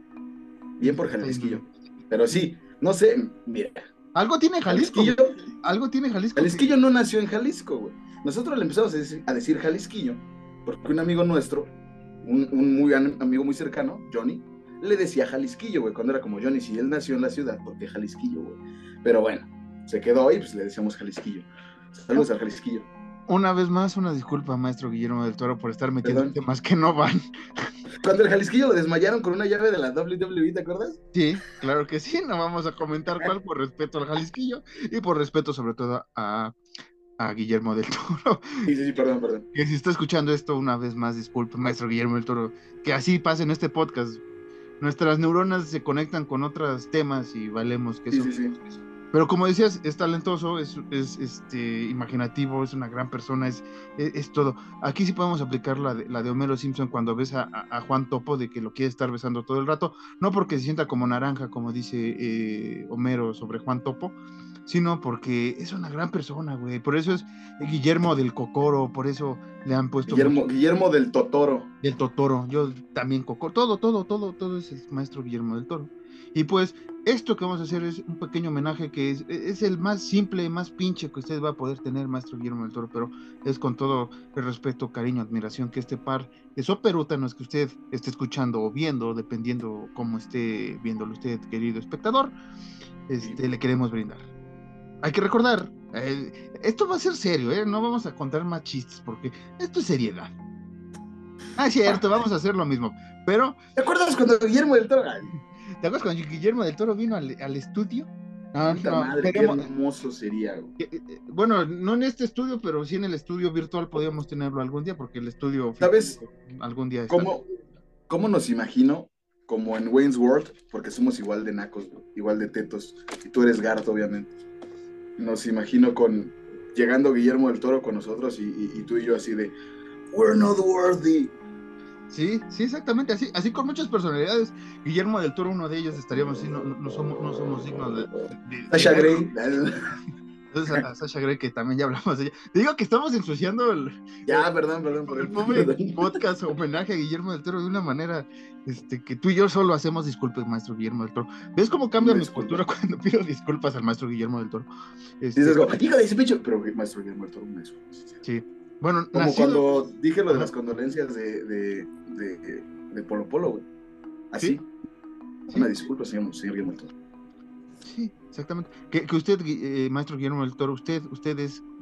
Speaker 2: Bien por Jalisquillo. Pero sí, no sé, mira.
Speaker 3: Algo tiene Jalisco.
Speaker 2: Jalisquillo,
Speaker 3: algo tiene Jalisco.
Speaker 2: Jalisquillo que... no nació en Jalisco, güey. Nosotros le empezamos a decir, a decir Jalisquillo porque un amigo nuestro, un, un muy amigo muy cercano, Johnny, le decía Jalisquillo, güey, cuando era como Johnny, si él nació en la ciudad, porque Jalisquillo, güey. Pero bueno, se quedó ahí, pues le decíamos Jalisquillo. Saludos al Jalisquillo.
Speaker 3: Una vez más, una disculpa, maestro Guillermo del Toro, por estar metiendo Perdón. temas que no van.
Speaker 2: Cuando el Jalisquillo lo desmayaron con una llave de la doble u doble u E, ¿te acuerdas?
Speaker 3: Sí, claro que sí, no vamos a comentar cuál por respeto al Jalisquillo y por respeto sobre todo a, a Guillermo del Toro.
Speaker 2: Sí, sí, sí, perdón, perdón.
Speaker 3: Que si está escuchando esto una vez más, disculpe, maestro Guillermo del Toro, que así pasa en este podcast. Nuestras neuronas se conectan con otros temas y valemos que eso...
Speaker 2: Sí, sí, sí.
Speaker 3: Pero como decías, es talentoso, es, es este, imaginativo, es una gran persona, es, es, es todo. Aquí sí podemos aplicar la de, la de Homero Simpson cuando ves a, a, a Juan Topo de que lo quiere estar besando todo el rato, no porque se sienta como naranja, como dice eh, Homero sobre Juan Topo, sino porque es una gran persona, güey. Por eso es Guillermo del Cocoro, por eso le han puesto...
Speaker 2: Guillermo,
Speaker 3: mucho...
Speaker 2: Guillermo del Totoro.
Speaker 3: Del Totoro, yo también Cocoro, todo, todo, todo, todo es el maestro Guillermo del Toro. Y pues esto que vamos a hacer es un pequeño homenaje que es, es el más simple, más pinche que usted va a poder tener, maestro Guillermo del Toro, pero es con todo el respeto, cariño, admiración que este par de soperútanos que usted esté escuchando o viendo, dependiendo cómo esté viéndolo usted, querido espectador, este, le queremos brindar. Hay que recordar, eh, esto va a ser serio, ¿eh? No vamos a contar más chistes porque esto es seriedad. Ah, es cierto, vamos a hacer lo mismo, pero...
Speaker 2: ¿Te acuerdas cuando Guillermo del Toro...
Speaker 3: ¿Te acuerdas cuando Guillermo del Toro vino al, al estudio?
Speaker 2: Ah, no, madre, queremos... qué hermoso sería.
Speaker 3: Güey. Bueno, no en este estudio, pero sí en el estudio virtual podríamos tenerlo algún día, porque el estudio...
Speaker 2: ¿Sabes?
Speaker 3: Algún día está.
Speaker 2: ¿Cómo, ¿Cómo nos imagino? Como en Wayne's World, porque somos igual de nacos, igual de tetos, y tú eres Garth, obviamente. Nos imagino con llegando Guillermo del Toro con nosotros y, y, y tú y yo así de we're not worthy.
Speaker 3: Sí, sí, exactamente, así, así con muchas personalidades. Guillermo del Toro, uno de ellos, estaríamos así, no, no somos, no somos dignos de, de, de
Speaker 2: Sasha de Grey.
Speaker 3: Entonces a, a Sasha Grey, que también ya hablamos de ella. Te digo que estamos ensuciando el,
Speaker 2: ya,
Speaker 3: el,
Speaker 2: perdón, perdón,
Speaker 3: por el pobre perdón. podcast homenaje a Guillermo del Toro de una manera este, que tú y yo solo hacemos disculpas, maestro Guillermo del Toro. ¿Ves cómo cambia mi postura cuando pido disculpas al maestro Guillermo del Toro?
Speaker 2: Este, Dices, como, hijo de ese pecho, pero maestro Guillermo del Toro, una disculpa.
Speaker 3: Sí. Bueno,
Speaker 2: como
Speaker 3: nacido...
Speaker 2: cuando dije lo de las condolencias de, de, de, de, de Polo Polo, güey. Así. ¿Sí? Una disculpa, señor, señor Guillermo del Toro.
Speaker 3: Sí, exactamente. Que, que usted, eh, maestro Guillermo del Toro, usted, usted es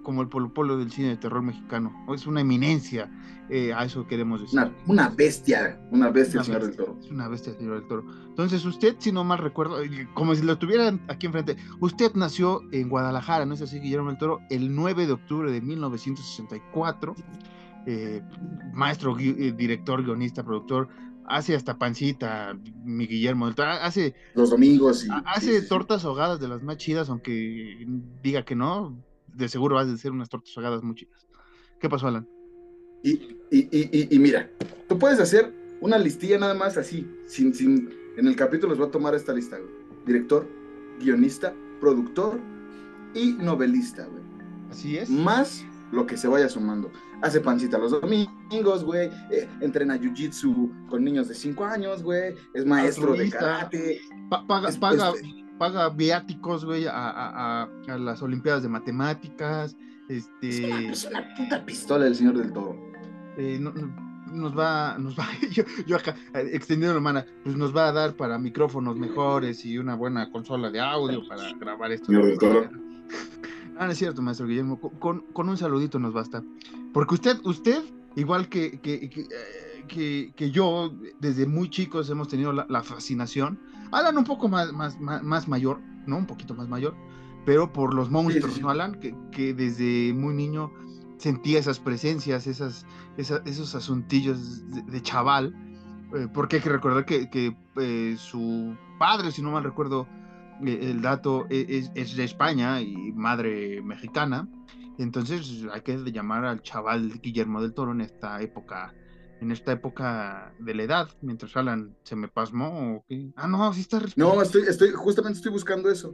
Speaker 3: como el Polo Polo del cine de terror mexicano. Es una eminencia, eh, a eso queremos decir.
Speaker 2: Una, una bestia, una bestia
Speaker 3: Una
Speaker 2: el señor
Speaker 3: bestia,
Speaker 2: del Toro.
Speaker 3: Es una bestia el señor del Toro. Entonces, usted, si no mal recuerdo, como si lo tuvieran aquí enfrente, usted nació en Guadalajara, ¿no es así, Guillermo del Toro? El nueve de octubre de mil novecientos sesenta y cuatro. Eh, maestro, gui- eh, director, guionista, productor, hace hasta pancita, mi Guillermo del Toro, hace,
Speaker 2: Los domingos y...
Speaker 3: hace
Speaker 2: Sí, sí, sí.
Speaker 3: tortas ahogadas de las más chidas, aunque diga que no, de seguro vas a ser unas tortas ahogadas muy chidas. ¿Qué pasó, Alan?
Speaker 2: Y, y, y, y, y mira, tú puedes hacer una listilla nada más así, sin, sin, en el capítulo les voy a tomar esta lista, güey. Director, guionista, productor y novelista, güey.
Speaker 3: Así es.
Speaker 2: Más lo que se vaya sumando. Hace pancita los domingos, güey. Eh, entrena jiu-jitsu con niños de cinco años, güey. Es maestro de karate.
Speaker 3: Pa- paga,
Speaker 2: es,
Speaker 3: paga,
Speaker 2: es,
Speaker 3: paga viáticos, güey, a, a, a, a las Olimpiadas de Matemáticas. Este.
Speaker 2: Es una, es una puta pistola el señor del Toro.
Speaker 3: Eh, no, no, nos va, nos va, yo, yo acá, extendiendo la mano, pues nos va a dar para micrófonos mejores y una buena consola de audio para grabar esto.
Speaker 2: Señor del Toro.
Speaker 3: Ah, no es cierto, maestro Guillermo, con, con un saludito nos basta. Porque usted, usted, igual que, que, que, que, que yo, desde muy chicos hemos tenido la, la fascinación, Alan un poco más, más, más, más mayor, ¿no? Un poquito más mayor, pero por los monstruos, sí, sí, sí. ¿no, Alan? Que, que desde muy niño sentía esas presencias, esas, esa, esos asuntillos de, de chaval, eh, porque hay que recordar que, que eh, su padre, si no mal recuerdo, el dato es, es de España y madre mexicana, entonces hay que llamar al chaval Guillermo del Toro en esta época, en esta época de la edad, mientras Alan se me pasmó o qué. Ah, no, sí está
Speaker 2: respirando. No, estoy, estoy, justamente estoy buscando eso.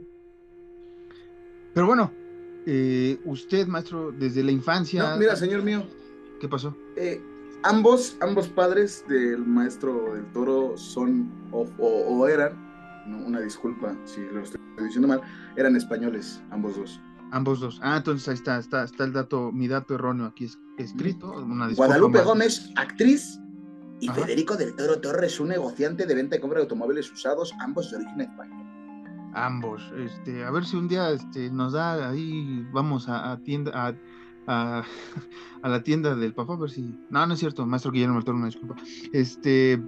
Speaker 3: Pero bueno, eh, usted, maestro, desde la infancia.
Speaker 2: No, mira, señor mío.
Speaker 3: ¿Qué pasó?
Speaker 2: Eh, ambos, ambos padres del maestro del Toro son o, o, o eran. Una disculpa si lo estoy diciendo mal, eran españoles, ambos dos.
Speaker 3: Ambos dos. Ah, entonces ahí está, está, está el dato, mi dato erróneo aquí es, escrito. Una
Speaker 2: Guadalupe más. Gómez, actriz, y
Speaker 3: Ajá.
Speaker 2: Federico del Toro Torres, un negociante de venta y compra de automóviles usados, ambos de origen español.
Speaker 3: Ambos. Este, a ver si un día este, nos da ahí, vamos a, a tienda, a, a, a la tienda del papá, a ver si. No, no es cierto, maestro Guillermo del Toro, una disculpa. Este.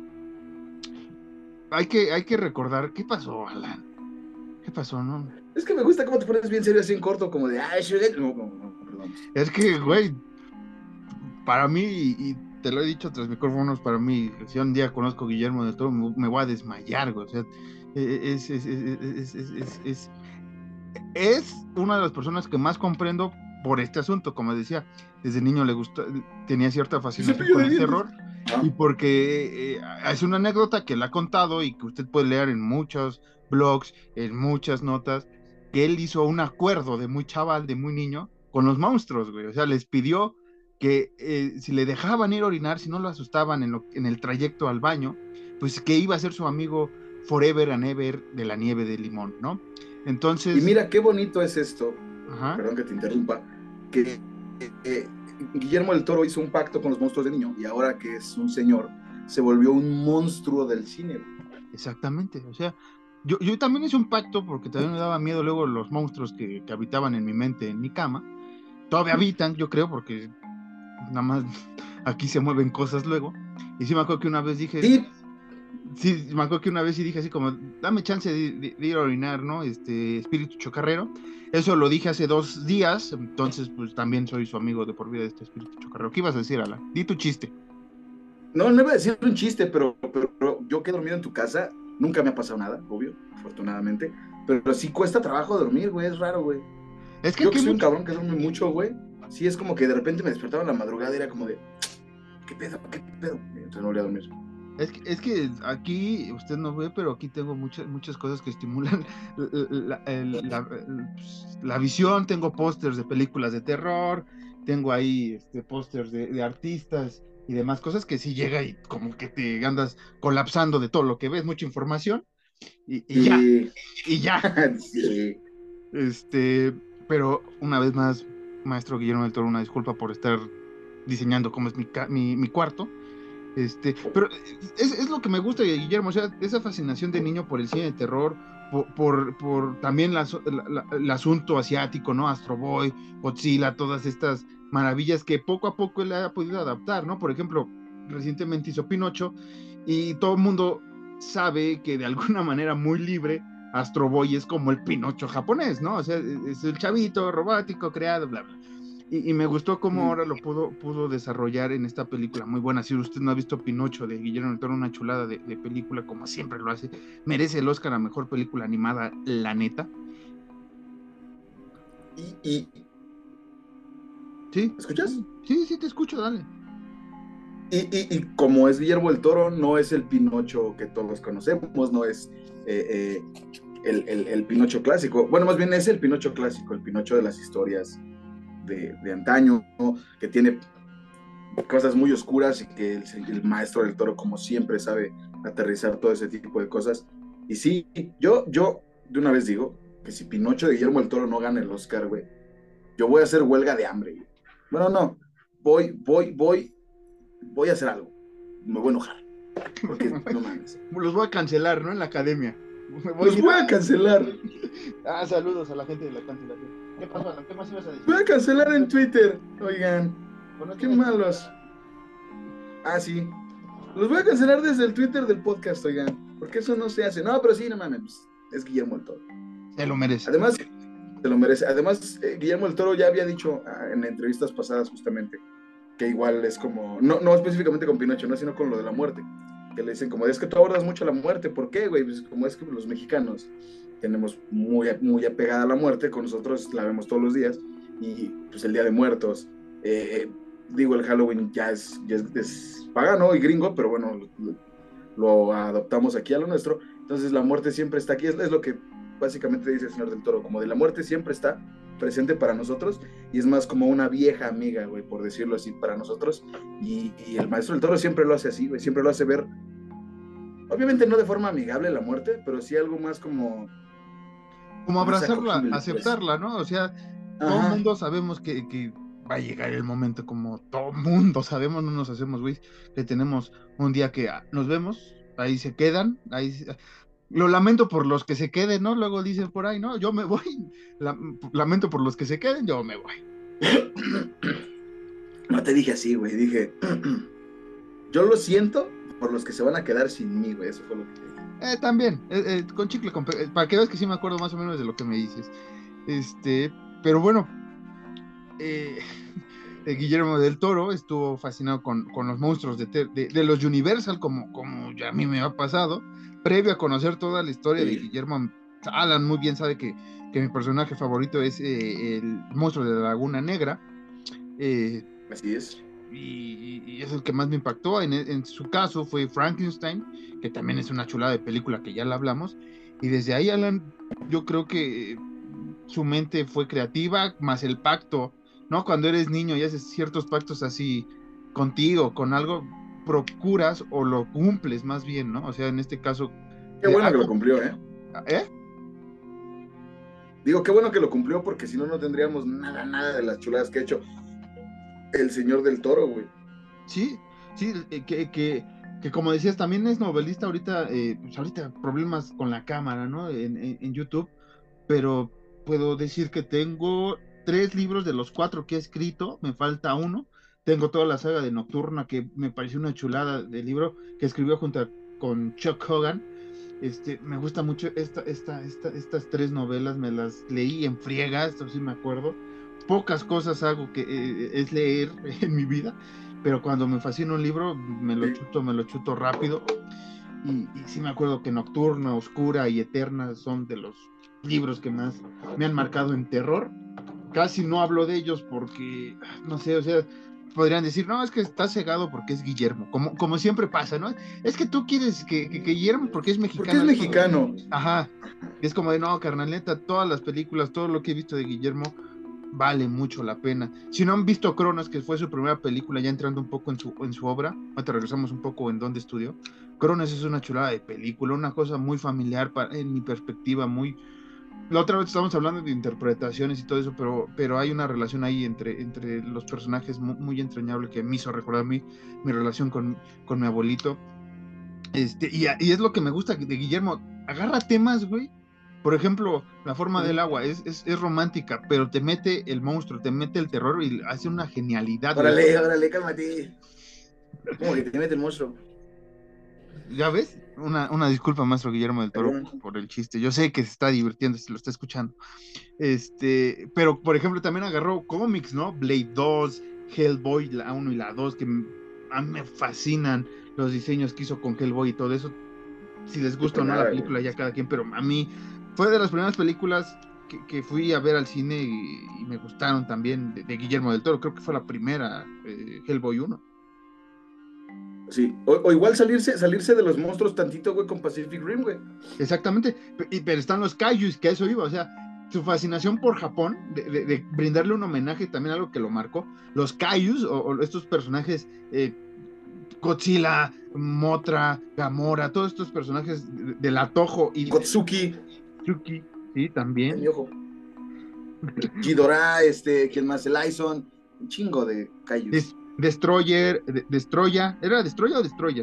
Speaker 3: Hay que, hay que recordar, ¿qué pasó, Alan? ¿Qué pasó, no?
Speaker 2: Es que me gusta cómo te pones bien serio así en corto, como de, ay, no, no, no, perdón.
Speaker 3: Es que, güey, para mí, y te lo he dicho tras micrófonos, para mí, si un día conozco a Guillermo del Toro, me, me voy a desmayar, güey. O sea, es, es, es, es, es, es, es, es una de las personas que más comprendo por este asunto, como decía, desde niño le gustó, tenía cierta fascinación con el terror. Ah. Y porque eh, es una anécdota que él ha contado y que usted puede leer en muchos blogs, en muchas notas, que él hizo un acuerdo de muy chaval, de muy niño, con los monstruos, güey. O sea, les pidió que eh, si le dejaban ir a orinar, si no lo asustaban en, lo, en el trayecto al baño, pues que iba a ser su amigo forever and ever de la nieve de limón, ¿no? Entonces...
Speaker 2: Y mira qué bonito es esto,
Speaker 3: Ajá.
Speaker 2: Perdón que te interrumpa, que... Eh, Guillermo del Toro hizo un pacto con los monstruos de niño y ahora que es un señor se volvió un monstruo del cine.
Speaker 3: Exactamente, o sea, yo, yo también hice un pacto porque también me daba miedo luego los monstruos que, que habitaban en mi mente, en mi cama. Todavía habitan, yo creo, porque nada más aquí se mueven cosas luego. Y sí me acuerdo que una vez dije...
Speaker 2: Sí.
Speaker 3: Sí, me acuerdo que una vez sí dije así como, dame chance de, de, de ir a orinar, ¿no? Este, espíritu chocarrero. Eso lo dije hace dos días, entonces pues también soy su amigo de por vida de este espíritu chocarrero. ¿Qué ibas a decir, Alan? Di tu chiste.
Speaker 2: No, no iba a decir un chiste, pero, pero, pero yo que he dormido en tu casa, nunca me ha pasado nada, obvio, afortunadamente. Pero sí cuesta trabajo dormir, güey, es raro, güey.
Speaker 3: Es que
Speaker 2: yo que soy
Speaker 3: mucho...
Speaker 2: un cabrón que duerme mucho, güey. Sí, es como que de repente me despertaba en la madrugada y era como de, ¿qué pedo? ¿Qué pedo? Entonces no volví a dormir.
Speaker 3: Es que, es que aquí, usted no ve, pero aquí tengo muchas muchas cosas que estimulan la, la, la, la visión. Tengo pósters de películas de terror, tengo ahí este, pósters de, de artistas y demás cosas que sí llega y como que te andas colapsando de todo lo que ves, mucha información y, y ya,
Speaker 2: sí.
Speaker 3: y ya.
Speaker 2: Sí.
Speaker 3: Este, pero una vez más, maestro Guillermo del Toro, una disculpa por estar diseñando cómo es mi, mi, mi cuarto. Este, pero es, es lo que me gusta de Guillermo, o sea, esa fascinación de niño por el cine de terror, por, por, por también la, la, la, el asunto asiático, ¿no? Astro Boy, Godzilla, todas estas maravillas que poco a poco él ha podido adaptar, ¿no? Por ejemplo, recientemente hizo Pinocho y todo el mundo sabe que de alguna manera muy libre Astro Boy es como el Pinocho japonés, ¿no? O sea, es el chavito robótico creado, bla, bla. Y, y me gustó cómo ahora lo pudo, pudo desarrollar en esta película muy buena. Si usted no ha visto Pinocho de Guillermo del Toro, una chulada de, de película, como siempre lo hace, merece el Oscar a mejor película animada, la neta.
Speaker 2: Y, y...
Speaker 3: ¿Sí?
Speaker 2: ¿Me escuchas?
Speaker 3: Sí, sí, te escucho, dale.
Speaker 2: Y, y, y como es Guillermo del Toro, no es el Pinocho que todos conocemos, no es eh, eh, el, el, el Pinocho clásico. Bueno, más bien es el Pinocho clásico, el Pinocho de las historias De, de antaño, ¿no? Que tiene cosas muy oscuras y que el, el maestro del Toro, como siempre, sabe aterrizar todo ese tipo de cosas. Y sí, yo, yo de una vez digo que si Pinocho de Guillermo del Toro no gana el Oscar, güey, yo voy a hacer huelga de hambre, güey. Bueno, no, voy, voy, voy, voy a hacer algo. Me voy a enojar. Porque no mames.
Speaker 3: Los voy a cancelar, ¿no? En la academia.
Speaker 2: Me voy Los voy a, a cancelar.
Speaker 3: Ah, saludos a la gente de la cancelación. ¿Qué pasó? ¿Qué más ibas a decir?
Speaker 2: Voy a cancelar en Twitter, oigan. Bueno, qué malos. Ah, sí. Los voy a cancelar desde el Twitter del podcast, oigan. Porque eso no se hace. No, pero sí, no mames. Pues, es Guillermo del Toro.
Speaker 3: Se lo merece.
Speaker 2: Además, se lo merece. Además, eh, Guillermo del Toro ya había dicho ah, en entrevistas pasadas, justamente, que igual es como. No, no específicamente con Pinocho, no, sino con lo de la muerte. Que le dicen, como, es que tú abordas mucho la muerte. ¿Por qué, güey? Pues como es que los mexicanos tenemos muy, muy apegada a la muerte, con nosotros la vemos todos los días, y pues el Día de Muertos, eh, digo, el Halloween ya es, ya es, es pagano y gringo, pero bueno, lo, lo adoptamos aquí a lo nuestro, entonces la muerte siempre está aquí, es, es lo que básicamente dice el señor del Toro, como de la muerte siempre está presente para nosotros, y es más como una vieja amiga, güey, por decirlo así, para nosotros, y, y el maestro del Toro siempre lo hace así, güey, siempre lo hace ver, obviamente no de forma amigable la muerte, pero sí algo más como
Speaker 3: como abrazarla, aceptarla, ¿no? O sea, todo el mundo sabemos que, que va a llegar el momento, como todo mundo sabemos, no nos hacemos, güey, que tenemos un día que ah, nos vemos, ahí se quedan, ahí lo lamento por los que se queden, ¿no? Luego dicen por ahí, no, yo me voy, la, lamento por los que se queden, yo me voy.
Speaker 2: No te dije así, güey, dije, yo lo siento por los que se van a quedar sin mí, güey, eso fue lo que te dije.
Speaker 3: Eh, también, eh, eh, con chicle, con, eh, para que veas que sí me acuerdo más o menos de lo que me dices. Este, pero bueno, eh, Guillermo del Toro estuvo fascinado con, con los monstruos de, de, de los Universal, como, como ya a mí me ha pasado, previo a conocer toda la historia sí. de Guillermo. Alan muy bien sabe que, que mi personaje favorito es eh, el monstruo de la Laguna Negra.
Speaker 2: Eh, Así es.
Speaker 3: Y, y es el que más me impactó. En, en su caso fue Frankenstein, que también es una chulada de película que ya la hablamos, y desde ahí Alan, yo creo que su mente fue creativa, más el pacto, ¿no? Cuando eres niño y haces ciertos pactos así contigo, con algo, procuras o lo cumples más bien, ¿no? O sea, en este caso...
Speaker 2: Qué bueno algo... que lo cumplió, ¿eh?
Speaker 3: ¿Eh?
Speaker 2: Digo, qué bueno que lo cumplió, porque si no, no tendríamos nada, nada de las chuladas que ha hecho el señor del Toro, güey.
Speaker 3: Sí, sí, que, que, que como decías, también es novelista ahorita, eh, pues ahorita problemas con la cámara, ¿no? En, en, en YouTube, pero puedo decir que tengo tres libros de los cuatro que he escrito, me falta uno, tengo toda la saga de Nocturna, que me pareció una chulada de libro que escribió junto con Chuck Hogan. Este, me gusta mucho esta, esta, esta, estas tres novelas, me las leí en friega, esto sí me acuerdo. Pocas cosas hago que eh, es leer en mi vida, pero cuando me fascina un libro me lo chuto, me lo chuto rápido, y, y sí me acuerdo que Nocturna, Oscura y Eterna son de los libros que más me han marcado en terror. Casi no hablo de ellos porque, no sé, o sea, podrían decir, no, es que está cegado porque es Guillermo, como, como siempre pasa, ¿no? Es que tú quieres que, que, que Guillermo porque es mexicano.
Speaker 2: Porque es mexicano.
Speaker 3: Ajá, es como de, no, carnal, neta, todas las películas, todo lo que he visto de Guillermo vale mucho la pena. Si no han visto Cronos, que fue su primera película, ya entrando un poco en su, en su obra, ahorita regresamos un poco en dónde estudió. Cronos es una chulada de película, una cosa muy familiar para, en mi perspectiva, muy, la otra vez estamos hablando de interpretaciones y todo eso, pero, pero hay una relación ahí entre, entre los personajes muy, muy entrañable que me hizo recordar mi, mi relación con, con mi abuelito. Este, y, y es lo que me gusta de Guillermo, agarra temas, güey. Por ejemplo, La forma del agua es, es, es romántica, pero te mete el monstruo, te mete el terror y hace una genialidad.
Speaker 2: Órale,
Speaker 3: güey.
Speaker 2: órale, cálmate. ¿Cómo que te mete el monstruo?
Speaker 3: ¿Ya ves? Una, una disculpa, maestro Guillermo del Toro,
Speaker 2: Perdón.
Speaker 3: por el chiste. Yo sé que se está divirtiendo si lo está escuchando. Este, pero por ejemplo, también agarró cómics, ¿no? Blade dos, Hellboy, la uno y la dos, que m- a mí me fascinan los diseños que hizo con Hellboy y todo eso. Si les gusta o no la
Speaker 2: Nada,
Speaker 3: película,
Speaker 2: güey.
Speaker 3: ya cada quien, pero a mí fue de las primeras películas que, que fui a ver al cine y, y me gustaron también de, de Guillermo del Toro. Creo que fue la primera, eh, Hellboy uno.
Speaker 2: Sí, o, o igual salirse, salirse de los monstruos tantito, güey, con Pacific Rim, güey.
Speaker 3: Exactamente, P- y- pero están los kaijus, que a eso iba, o sea, su fascinación por Japón, de, de- de brindarle un homenaje también a algo que lo marcó, los kaijus, o, o estos personajes, eh, Godzilla, Mothra, Gamora, todos estos personajes de- del Atojo y
Speaker 2: Gotsuki,
Speaker 3: Tsuki, sí,
Speaker 2: en
Speaker 3: también,
Speaker 2: mi ojo. Ghidorah, este, ¿quién más? El Ison, un chingo de kaijus.
Speaker 3: Des- Destroyer, de- Destroya, ¿era Destroya o Destroyer?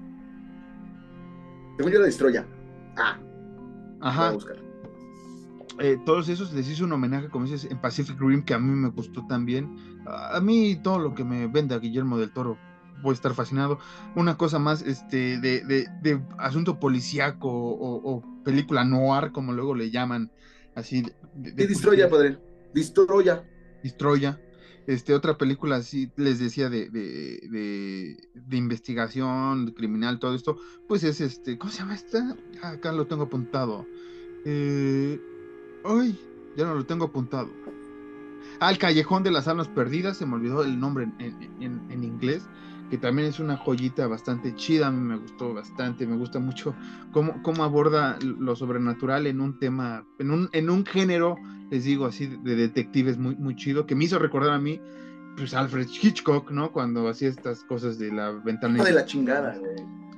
Speaker 2: Según yo, la Destroya. Ah, voy a
Speaker 3: Ajá,
Speaker 2: buscar.
Speaker 3: eh, todos esos les hice un homenaje, como dices, en Pacific Rim, que a mí me gustó también. A, a mí todo lo que me venda Guillermo del Toro, voy a estar fascinado. Una cosa más, este, de, de, de asunto policíaco o, o película noir, como luego le llaman, así, de, de
Speaker 2: Sí, Destroya,
Speaker 3: policías,
Speaker 2: padre. Destroya.
Speaker 3: Destroya. Este, otra película así, les decía, de, de, de, de investigación, de criminal, todo esto, pues es este, ¿cómo se llama esta? Ah, acá lo tengo apuntado. Eh, Ay, ya no lo tengo apuntado. Ah, El Callejón de las Almas Perdidas, se me olvidó el nombre en, en- en- en inglés, que también es una joyita bastante chida, a mí me gustó bastante, me gusta mucho cómo, cómo aborda lo sobrenatural en un tema, en un, en un género, les digo así, de detectives muy, muy chido, que me hizo recordar a mí, pues Alfred Hitchcock, ¿no? Cuando hacía estas cosas de la ventana
Speaker 2: Hijo de la
Speaker 3: indiscreta.
Speaker 2: chingada, güey.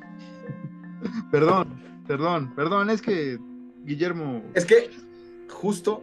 Speaker 3: Perdón, perdón, perdón, es que Guillermo,
Speaker 2: Es que justo,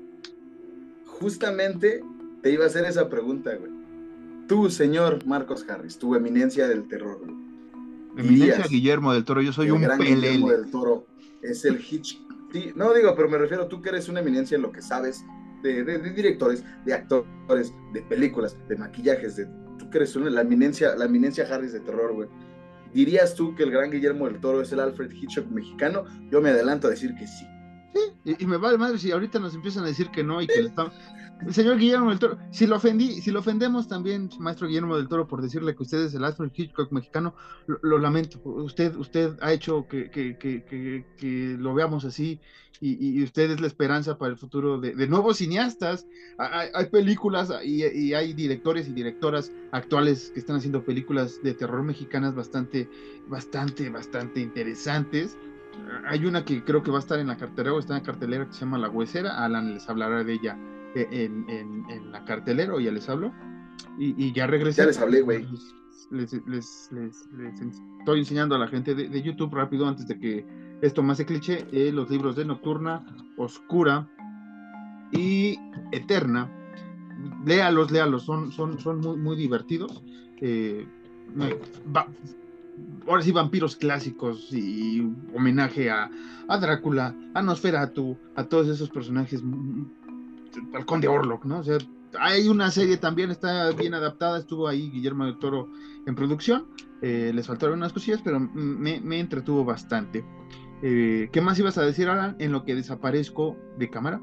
Speaker 2: justamente te iba a hacer esa pregunta, güey. Tú, señor Marcos Harris, tu eminencia del terror, güey,
Speaker 3: eminencia
Speaker 2: dirías
Speaker 3: Guillermo del Toro, yo soy
Speaker 2: que el
Speaker 3: un
Speaker 2: gran Guillermo
Speaker 3: P L L.
Speaker 2: del Toro es el Hitch. Sí, no digo, pero me refiero, tú que eres una eminencia en lo que sabes de, de, de directores, de actores, de películas, de maquillajes, de, tú que eres una, la eminencia, la eminencia Harris de terror, güey. ¿Dirías tú que el gran Guillermo del Toro es el Alfred Hitchcock mexicano? Yo me adelanto a decir que sí.
Speaker 3: Y, y me vale madre si ahorita nos empiezan a decir que no y que le estamos... El señor Guillermo del Toro, si lo ofendí, si lo ofendemos también, maestro Guillermo del Toro, por decirle que usted es el Alfred Hitchcock mexicano, lo, lo lamento. Usted, usted ha hecho que, que, que, que, que lo veamos así y, y, usted es la esperanza para el futuro de, de nuevos cineastas. Hay, hay películas y, y, hay directores y directoras actuales que están haciendo películas de terror mexicanas bastante, bastante, bastante interesantes. Hay una que creo que va a estar en la cartelera o está en la cartelera que se llama La Huesera. Alan les hablará de ella en, en, en la cartelera, o ya les hablo. Y, y ya regresé.
Speaker 2: Ya les hablé, güey.
Speaker 3: Les, les, les, les, les estoy enseñando a la gente de, de YouTube rápido antes de que esto más se cliché. Eh, los libros de Nocturna, Oscura y Eterna. Léalos, léalos, son, son, son muy, muy divertidos. Eh, me, va, ahora sí, vampiros clásicos y homenaje a, a Drácula, a Nosferatu, a todos esos personajes, al Conde Orlok, ¿no? O sea, hay una serie también, está bien adaptada, estuvo ahí Guillermo del Toro en producción, eh, les faltaron unas cosillas, pero me, me entretuvo bastante. Eh, ¿Qué más ibas a decir, Alan, en lo que desaparezco de cámara?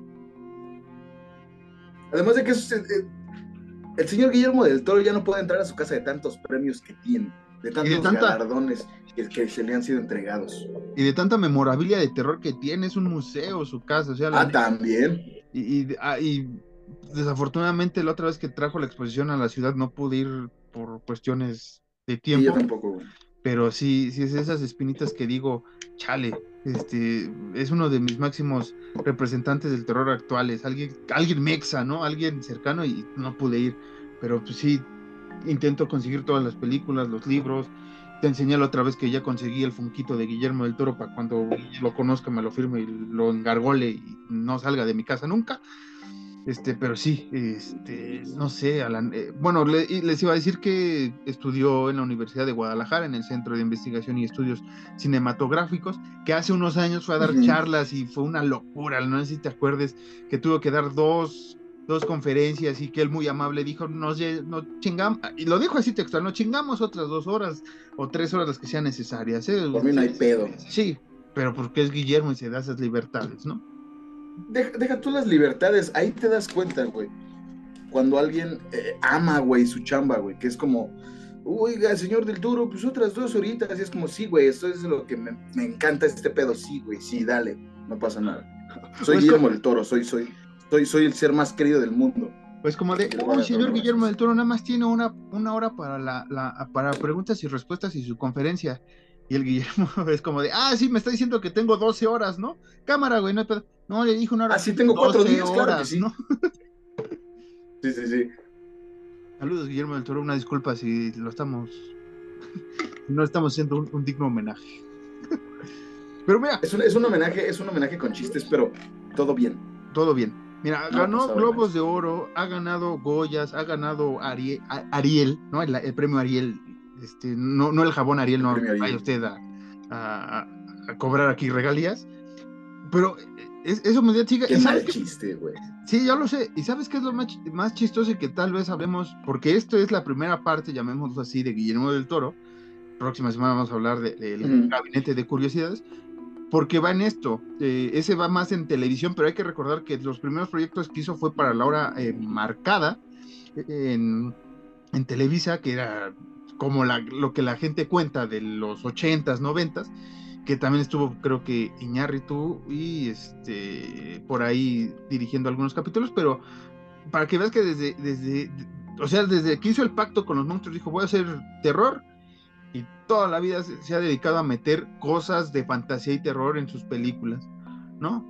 Speaker 2: Además de que eso es, el, el señor Guillermo del Toro ya no puede entrar a su casa de tantos premios que tiene, de tantos
Speaker 3: de tanta,
Speaker 2: galardones que, que se le han sido entregados.
Speaker 3: Y de tanta memorabilia de terror que tiene, es un museo su casa. O sea, la
Speaker 2: ah, también.
Speaker 3: Y, y, y desafortunadamente la otra vez que trajo la exposición a la ciudad no pude ir por cuestiones de tiempo.
Speaker 2: Sí, yo tampoco, güey.
Speaker 3: Pero sí, sí es esas espinitas que digo, chale, este, es uno de mis máximos representantes del terror actuales, alguien, alguien mexa, ¿no? Alguien cercano y no pude ir, pero pues sí, intento conseguir todas las películas, los libros, te enseñé la otra vez que ya conseguí el funquito de Guillermo del Toro para cuando lo conozca me lo firme y lo engargole y no salga de mi casa nunca. Este, pero sí, este, no sé, Alan, eh, bueno, le, les iba a decir que estudió en la Universidad de Guadalajara, en el Centro de Investigación y Estudios Cinematográficos, que hace unos años fue a dar uh-huh. charlas y fue una locura, no sé si te acuerdes, que tuvo que dar dos, dos conferencias y que él muy amable dijo, nos, nos chingamos, y lo dijo así textual, nos chingamos otras dos horas o tres horas las que sean necesarias. ¿eh?
Speaker 2: Por mí no hay pedo.
Speaker 3: Sí, pero porque es Guillermo y se da esas libertades, ¿no?
Speaker 2: Deja, deja tú las libertades, ahí te das cuenta, güey, cuando alguien eh, ama, güey, su chamba, güey, que es como, oiga, señor del Toro, pues otras dos horitas, y es como, sí, güey, esto es lo que me, me encanta este pedo, sí, güey, sí, dale, no pasa nada. Soy pues Guillermo como... del Toro, soy, soy, soy, soy el ser más querido del mundo.
Speaker 3: Pues como de, oh, señor Guillermo del Toro, nada más tiene una, una hora para, la, la, para preguntas y respuestas y su conferencia. Y el Guillermo es como de, ah, sí, me está diciendo que tengo doce horas, ¿no? Cámara, güey, no, no le dijo una hora.
Speaker 2: Ah, sí, tengo cuatro días,
Speaker 3: horas,
Speaker 2: claro que sí.
Speaker 3: ¿no?
Speaker 2: Sí, sí, sí.
Speaker 3: Saludos, Guillermo del Toro, una disculpa si lo estamos, no estamos haciendo un, un digno homenaje. Pero mira.
Speaker 2: Es un, es un homenaje, es un homenaje con chistes, pero todo bien.
Speaker 3: Todo bien. Mira, no, ganó pues, Globos de Oro, ha ganado Goyas, ha ganado Ariel, Ariel ¿no? El, el premio Ariel. Este, no, no el jabón Ariel, no vaya usted a, a, a cobrar aquí regalías, pero es, eso me sigue.
Speaker 2: Qué mal chiste, güey.
Speaker 3: Sí, ya lo sé, y ¿sabes qué es lo más, más chistoso y que tal vez hablemos? Porque esto es la primera parte, llamémoslo así, de Guillermo del Toro. Próxima semana vamos a hablar del de, de uh-huh. Gabinete de Curiosidades, porque va en esto, eh, ese va más en televisión, pero hay que recordar que los primeros proyectos que hizo fue para la hora eh, marcada en, en Televisa, que era como la, lo que la gente cuenta de los ochentas, noventas, que también estuvo, creo que Iñárritu y este por ahí dirigiendo algunos capítulos, pero para que veas que desde, desde, o sea, desde que hizo el pacto con los monstruos, dijo, voy a hacer terror, y toda la vida se, se ha dedicado a meter cosas de fantasía y terror en sus películas, ¿no?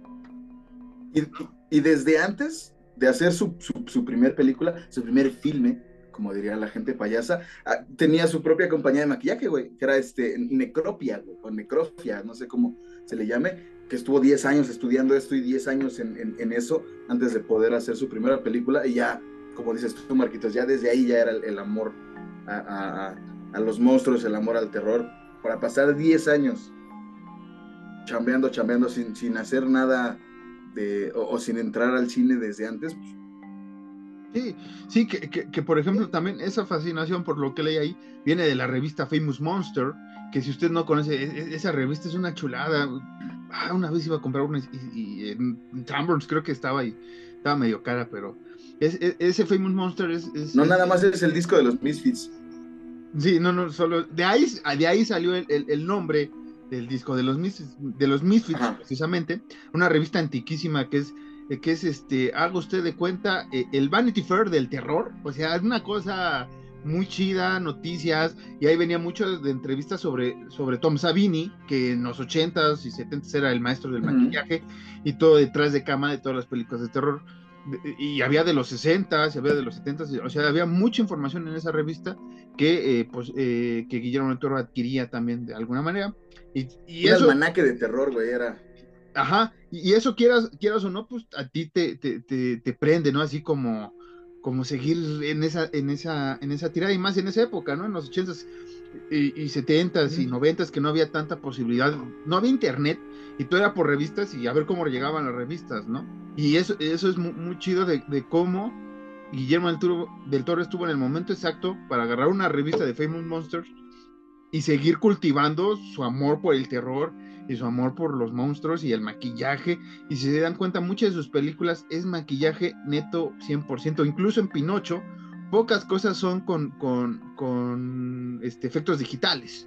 Speaker 2: Y, y desde antes de hacer su, su, su primer película, su primer filme, como diría la gente payasa, tenía su propia compañía de maquillaje, güey, que era este, Necropia, güey, o Necrofia, no sé cómo se le llame, que estuvo diez años estudiando esto y diez años en, en, en eso, antes de poder hacer su primera película, y ya, como dices tú, Marquitos, ya desde ahí ya era el, el amor a, a, a los monstruos, el amor al terror, para pasar diez años chambeando, chambeando, sin, sin hacer nada, de, o, o sin entrar al cine desde antes, pues,
Speaker 3: Sí, sí, que, que, que por ejemplo también esa fascinación por lo que leí ahí viene de la revista Famous Monster, que si usted no conoce, esa revista es una chulada. Ah, una vez iba a comprar una y, y en Sanborns creo que estaba ahí, estaba medio cara, pero es, es, ese Famous Monster es... es
Speaker 2: no,
Speaker 3: es,
Speaker 2: nada más es el disco de los Misfits.
Speaker 3: Sí, no, no, solo, de ahí, de ahí salió el, el, el nombre del disco de los Misfits, de los Misfits precisamente, una revista antiquísima que es que es este, haga usted de cuenta, eh, el Vanity Fair del terror, o sea, es una cosa muy chida, noticias, y ahí venía mucho de entrevistas sobre, sobre Tom Savini, que en los ochentas y setentas era el maestro del maquillaje, uh-huh. y todo detrás de cámara de todas las películas de terror, y había de los sesentas, había de los setentas, o sea, había mucha información en esa revista que, eh, pues, eh, que Guillermo del Toro adquiría también de alguna manera, y, y
Speaker 2: un
Speaker 3: eso...
Speaker 2: almanaque de terror, güey, era...
Speaker 3: Ajá, y eso quieras, quieras o no, pues a ti te, te, te, te prende, ¿no? Así como, como seguir en esa, en esa, en esa tirada, y más en esa época, ¿no? En los ochentas y, y setentas y noventas, que no había tanta posibilidad, no había internet, y todo era por revistas y a ver cómo llegaban las revistas, ¿no? Y eso, eso es muy, muy chido de, de cómo Guillermo del Toro, del Toro estuvo en el momento exacto para agarrar una revista de Famous Monsters y seguir cultivando su amor por el terror y su amor por los monstruos y el maquillaje, y si se dan cuenta, muchas de sus películas es maquillaje neto cien por ciento, incluso en Pinocho, pocas cosas son con, con, con este, efectos digitales.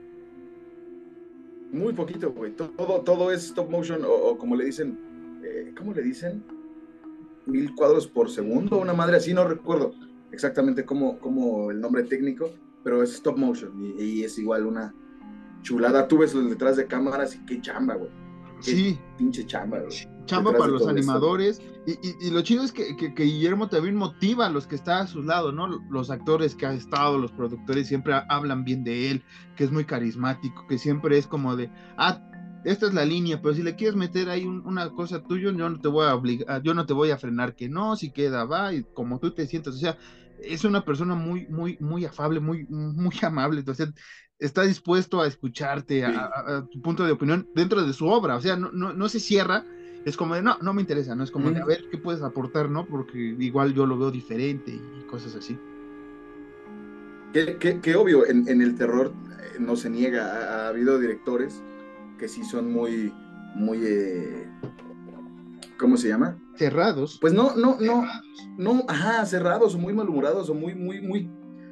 Speaker 2: Muy poquito, güey, todo, todo es stop motion, o, o como le dicen, eh, ¿cómo le dicen? Mil cuadros por segundo, una madre así, no recuerdo exactamente cómo, cómo el nombre técnico, pero es stop motion, y, y es igual una chulada. Tú ves los detrás de cámaras y qué chamba, güey.
Speaker 3: Sí.
Speaker 2: Pinche chamba, güey.
Speaker 3: chamba para los animadores, y, y, y lo chido es que, que, que Guillermo también motiva a los que están a su lado, ¿no? Los actores que han estado, los productores siempre hablan bien de él, que es muy carismático, que siempre es como de, ah, esta es la línea, pero si le quieres meter ahí un, una cosa tuya, yo no te voy a obligar, yo no te voy a frenar que no, si queda, va, y como tú te sientas, o sea, es una persona muy, muy, muy afable, muy, muy amable, o sea, está dispuesto a escucharte, a, a, a tu punto de opinión dentro de su obra, o sea, no, no, no se cierra, es como de, no, no me interesa, no es como mm. de, a ver, ¿qué puedes aportar, no? Porque igual yo lo veo diferente y cosas así.
Speaker 2: Que, que, que obvio, en, en el terror eh, no se niega, ha, ha habido directores que sí son muy, muy, eh, ¿cómo se llama?
Speaker 3: Cerrados.
Speaker 2: Pues no, no, no, no, ajá, cerrados o muy malhumorados o muy, muy, muy,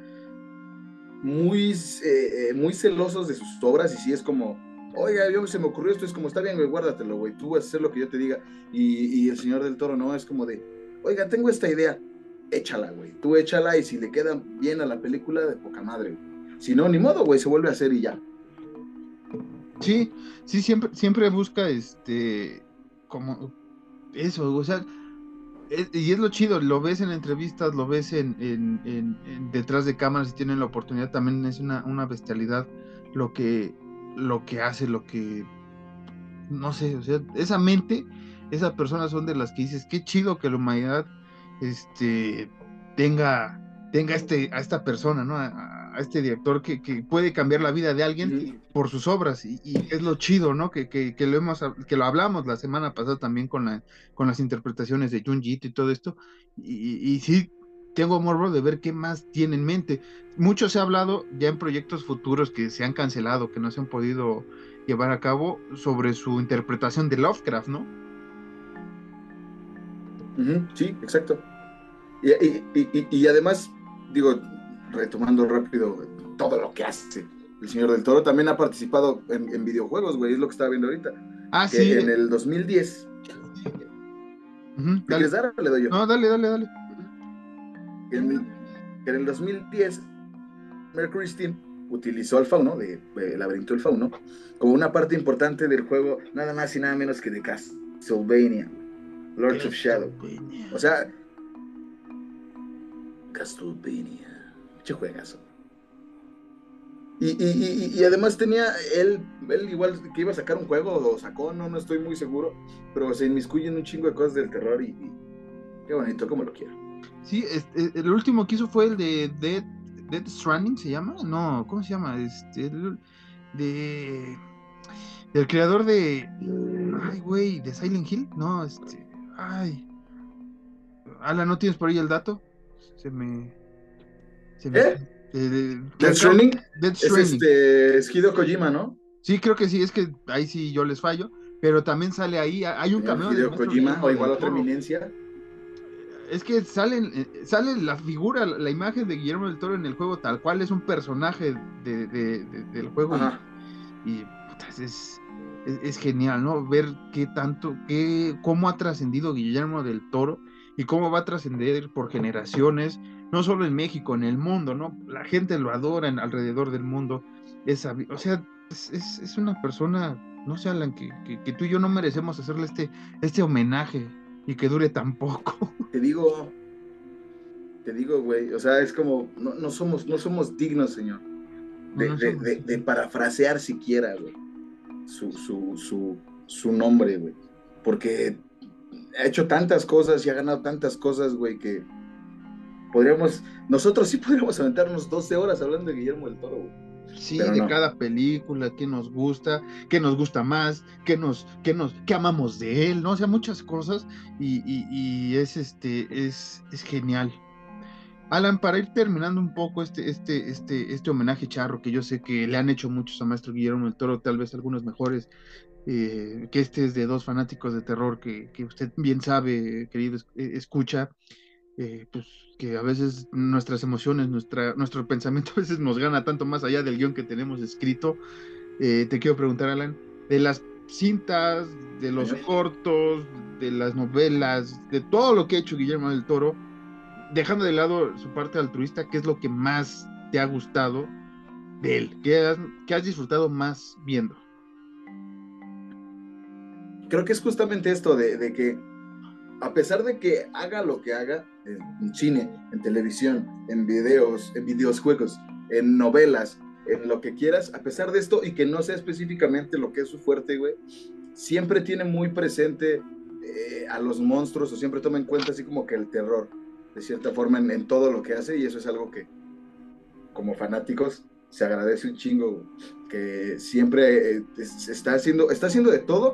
Speaker 2: muy, eh, muy celosos de sus obras y sí es como, oiga, yo se me ocurrió esto, es como, está bien, güey, guárdatelo, güey, tú vas a hacer lo que yo te diga. Y, y el señor del Toro no, es como de, oiga, tengo esta idea, échala, güey, tú échala y si le queda bien a la película, de poca madre, güey. Si no, ni modo, güey, se vuelve a hacer y ya.
Speaker 3: Sí, sí, siempre, siempre busca este, como eso, o sea, es, y es lo chido, lo ves en entrevistas, lo ves en, en, en, en detrás de cámaras, si tienen la oportunidad, también es una, una bestialidad lo que, lo que hace, lo que, no sé, o sea, esa mente, esas personas son de las que dices, qué chido que la humanidad, este, tenga, tenga este, a esta persona, ¿no? A, a este director que, que puede cambiar la vida de alguien uh-huh. por sus obras, y, y es lo chido, ¿no? Que, que, que lo hemos, que lo hablamos la semana pasada también con la, con las interpretaciones de Junji Ito y todo esto, y, y sí, tengo morbo de ver qué más tiene en mente. Mucho se ha hablado ya en proyectos futuros que se han cancelado, que no se han podido llevar a cabo sobre su interpretación de Lovecraft, ¿no?
Speaker 2: Uh-huh, sí, exacto. Y, y, y, y además, digo, retomando rápido todo lo que hace el señor del Toro, también ha participado en, en videojuegos, güey, es lo que estaba viendo ahorita.
Speaker 3: Ah,
Speaker 2: que
Speaker 3: sí.
Speaker 2: En el dos mil diez.
Speaker 3: Uh-huh,
Speaker 2: ¿Me quieres dar o le doy yo?
Speaker 3: No, dale, dale, dale.
Speaker 2: Que en, que en el dos mil diez, Mercury Steam utilizó al fauno, de, de Laberinto del Fauno, como una parte importante del juego, nada más y nada menos que de Castlevania, Lords of Shadow. O sea, Castlevania, mucho juegazo. Y, y, y, y además tenía, él, él igual que iba a sacar un juego, o sacó, no, no estoy muy seguro, pero se inmiscuyen un chingo de cosas del terror y, y qué bonito, como lo quiero.
Speaker 3: Sí, este, el último que hizo fue el de Dead, Dead Stranding, ¿se llama? No, ¿cómo se llama? Este, el, de... El creador de... Ay, güey, de Silent Hill, no, este... Ay... Alan, ¿no tienes por ahí el dato? Se me... Se me...
Speaker 2: ¿Eh?
Speaker 3: Eh,
Speaker 2: Death Stranding,
Speaker 3: Death
Speaker 2: Stranding es este es Hideo Kojima, ¿no?
Speaker 3: Sí, creo que sí, es que ahí sí yo les fallo, pero también sale ahí, hay un
Speaker 2: Señor
Speaker 3: cameo
Speaker 2: Hideo
Speaker 3: de
Speaker 2: Kojima, o igual otra eminencia.
Speaker 3: Es que salen, sale la figura, la imagen de Guillermo del Toro en el juego tal cual, es un personaje de, de, de, del juego. Ajá. y, y putas, es, es, es genial, ¿no? Ver qué tanto, qué, cómo ha trascendido Guillermo del Toro y cómo va a trascender por generaciones, no solo en México, en el mundo, ¿no? La gente lo adora en, alrededor del mundo. Es, o sea, es, es, es una persona, no sé, Alan, que, que, que tú y yo no merecemos hacerle este, este homenaje y que dure tan poco.
Speaker 2: Te digo, te digo, güey, o sea, es como, no, no somos, no somos dignos, señor, de, no, no de, de, de parafrasear siquiera, güey, su, su, su, su nombre, güey, porque ha hecho tantas cosas y ha ganado tantas cosas, güey, que podríamos, nosotros sí podríamos aventarnos doce horas hablando de Guillermo del Toro, güey.
Speaker 3: Sí, pero de no. Cada película, qué nos gusta, qué nos gusta más, qué nos, qué nos, qué amamos de él, ¿no? O sea, muchas cosas, y, y, y es este, es, es genial. Alan, para ir terminando un poco este, este, este, este homenaje charro, que yo sé que le han hecho muchos a Maestro Guillermo del Toro, tal vez algunos mejores, eh, que este es de dos fanáticos de terror que, que usted bien sabe, querido escucha, eh, pues que a veces nuestras emociones, nuestra, nuestro pensamiento a veces nos gana tanto más allá del guión que tenemos escrito. Eh, te quiero preguntar, Alan, de las cintas, de los cortos, de las novelas, de todo lo que ha hecho Guillermo del Toro, dejando de lado su parte altruista, ¿qué es lo que más te ha gustado de él? ¿Qué has, qué has disfrutado más viendo?
Speaker 2: creo que es justamente esto de, de que a pesar de que haga lo que haga en cine, en televisión, en videos, en videojuegos, en novelas, en lo que quieras, a pesar de esto y que no sea específicamente lo que es su fuerte, güey, siempre tiene muy presente eh, a los monstruos o siempre toma en cuenta así como que el terror, de cierta forma, en, en todo lo que hace, y eso es algo que como fanáticos se agradece un chingo, güey, que siempre eh, está, haciendo, está haciendo de todo.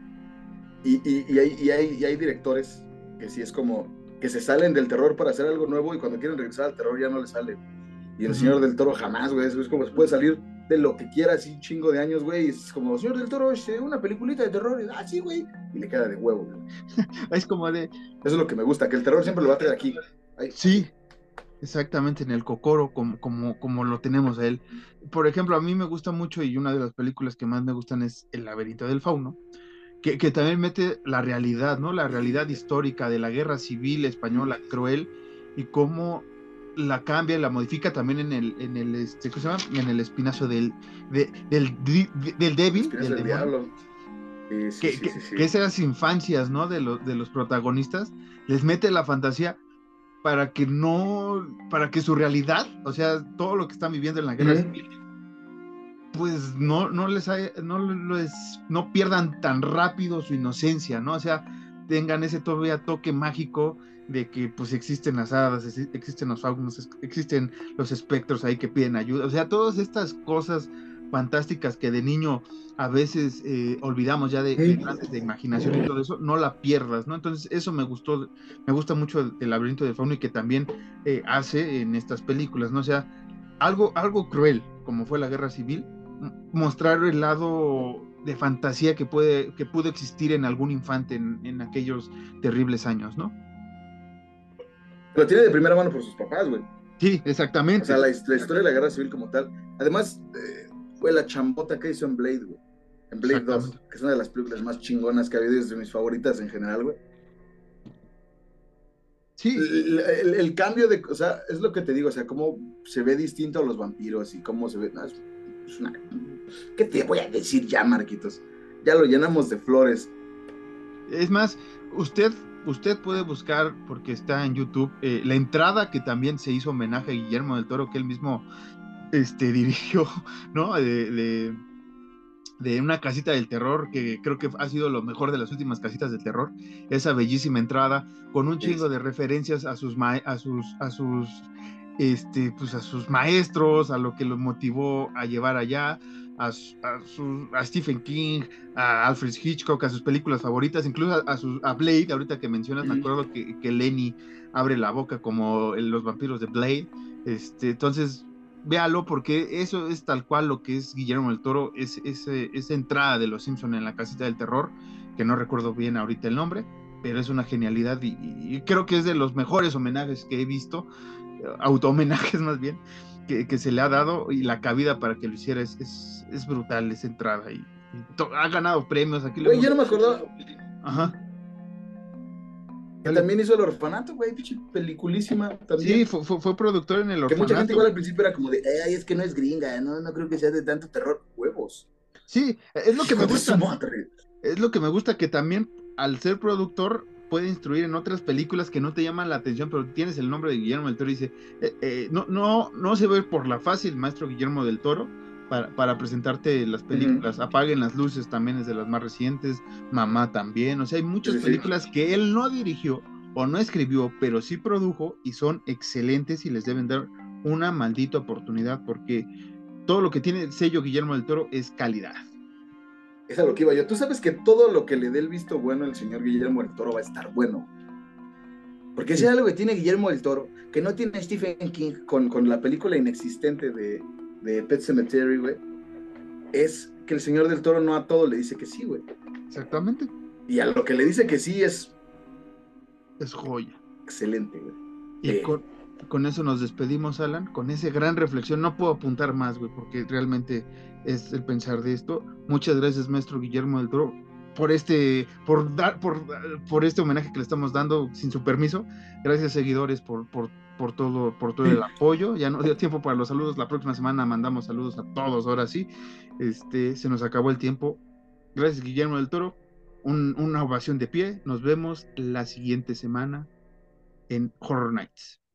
Speaker 2: Y, y, y, hay, y, hay, y hay directores que sí es como que se salen del terror para hacer algo nuevo y cuando quieren regresar al terror ya no les sale. Y el uh-huh. Señor del Toro jamás, güey. Es como se puede salir de lo que quiera así un chingo de años, güey. Es como, Señor del Toro, es una peliculita de terror. Y, ah, sí, güey. Y le queda de huevo, güey.
Speaker 3: Es como de...
Speaker 2: Eso es lo que me gusta, que el terror siempre lo va a traer aquí. Ahí.
Speaker 3: Sí, exactamente, en el Cocoro, como, como, como lo tenemos a él. Por ejemplo, a mí me gusta mucho y una de las películas que más me gustan es El laberinto del fauno. Que, que también mete la realidad, ¿no? La realidad histórica de la guerra civil española cruel y cómo la cambia, la modifica también en el, en el, este, ¿cómo se llama? En el espinazo del, de, del, de, del débil, del,
Speaker 2: del diablo. Sí, sí,
Speaker 3: que,
Speaker 2: sí,
Speaker 3: que,
Speaker 2: sí, sí.
Speaker 3: que esas infancias, ¿no? De los, de los protagonistas, les mete la fantasía para que no, para que su realidad, o sea, todo lo que están viviendo en la guerra civil, uh-huh. pues no, no les hay, no les, no pierdan tan rápido su inocencia, ¿no? O sea, tengan ese todavía toque mágico de que pues existen las hadas, existen los faunos, existen los espectros ahí que piden ayuda, o sea, todas estas cosas fantásticas que de niño a veces eh, olvidamos ya de, de grandes de imaginación y todo eso, no la pierdas, ¿no? Entonces eso me gustó, me gusta mucho el, el laberinto del fauno y que también eh, hace en estas películas, ¿no? O sea, algo, algo cruel, como fue la guerra civil, mostrar el lado de fantasía que puede que pudo existir en algún infante en, en aquellos terribles años, ¿no?
Speaker 2: Lo tiene de primera mano por sus papás, güey.
Speaker 3: Sí, exactamente.
Speaker 2: O sea, la, la historia de la guerra civil como tal. Además, eh, fue la chambota que hizo en Blade, güey. En Blade dos, que es una de las películas más chingonas que ha habido, y es de mis favoritas en general, güey.
Speaker 3: Sí.
Speaker 2: El, el, el cambio de, o sea, es lo que te digo, o sea, cómo se ve distinto a los vampiros y cómo se ve, no, es, es una, ¿qué te voy a decir ya, Marquitos? Ya lo llenamos de flores.
Speaker 3: Es más, usted, usted puede buscar, porque está en YouTube, eh, la entrada que también se hizo homenaje a Guillermo del Toro, que él mismo este, dirigió, ¿no? De, de, de una casita del terror, que creo que ha sido lo mejor de las últimas casitas del terror, esa bellísima entrada, con un chingo de referencias a sus, ma- a sus, a sus, este, pues a sus maestros, a lo que los motivó a llevar allá, a, a, su, a Stephen King, a Alfred Hitchcock, a sus películas favoritas, incluso a, a, su, a Blade, ahorita que mencionas, mm. me acuerdo que, que Lenny abre la boca como el, los vampiros de Blade, este, entonces véalo porque eso es tal cual lo que es Guillermo del Toro, es, es, es esa entrada de los Simpson en la casita del terror, que no recuerdo bien ahorita el nombre, pero es una genialidad y, y creo que es de los mejores homenajes que he visto, auto-homenajes más bien, que, que se le ha dado, y la cabida para que lo hiciera es, es, es brutal esa entrada, y, y to, ha ganado premios. Aquí
Speaker 2: güey, yo no me acordaba.
Speaker 3: Ajá.
Speaker 2: Que también hizo El Orfanato, güey, peliculísima también.
Speaker 3: Sí, fue, fue, fue productor en El Orfanato.
Speaker 2: Que mucha gente igual al principio era como de, ay, es que no es gringa, no, no creo que sea de tanto terror. Huevos.
Speaker 3: Sí, es lo que me gusta. Es lo que me gusta, que también al ser productor puede instruir en otras películas que no te llaman la atención, pero tienes el nombre de Guillermo del Toro y dice, eh, eh, no, no, no se ve por la fácil, maestro Guillermo del Toro, para, para presentarte las películas. Uh-huh. Apaguen las luces también es de las más recientes, Mamá también, o sea, hay muchas sí, películas sí. que él no dirigió o no escribió, pero sí produjo y son excelentes y les deben dar una maldita oportunidad porque todo lo que tiene el sello Guillermo del Toro es calidad.
Speaker 2: Es a lo que iba yo. Tú sabes que todo lo que le dé el visto bueno al señor Guillermo del Toro va a estar bueno. Porque si sí. hay algo que tiene Guillermo del Toro, que no tiene Stephen King con, con la película inexistente de, de Pet Sematary, güey, es que el señor del Toro no a todo le dice que sí, güey.
Speaker 3: Exactamente.
Speaker 2: Y a lo que le dice que sí es...
Speaker 3: Es joya.
Speaker 2: Excelente, güey.
Speaker 3: Y eh. con, con eso nos despedimos, Alan, con esa gran reflexión. No puedo apuntar más, güey, porque realmente es el pensar de esto. Muchas gracias, maestro Guillermo del Toro, por este, por dar, por, por este homenaje que le estamos dando sin su permiso. Gracias, seguidores, por, por, por todo, por todo el apoyo. Ya no dio tiempo para los saludos. La próxima semana mandamos saludos a todos, ahora sí. Este, se nos acabó el tiempo. Gracias, Guillermo del Toro. un, una ovación de pie. Nos vemos la siguiente semana en Horror Nights.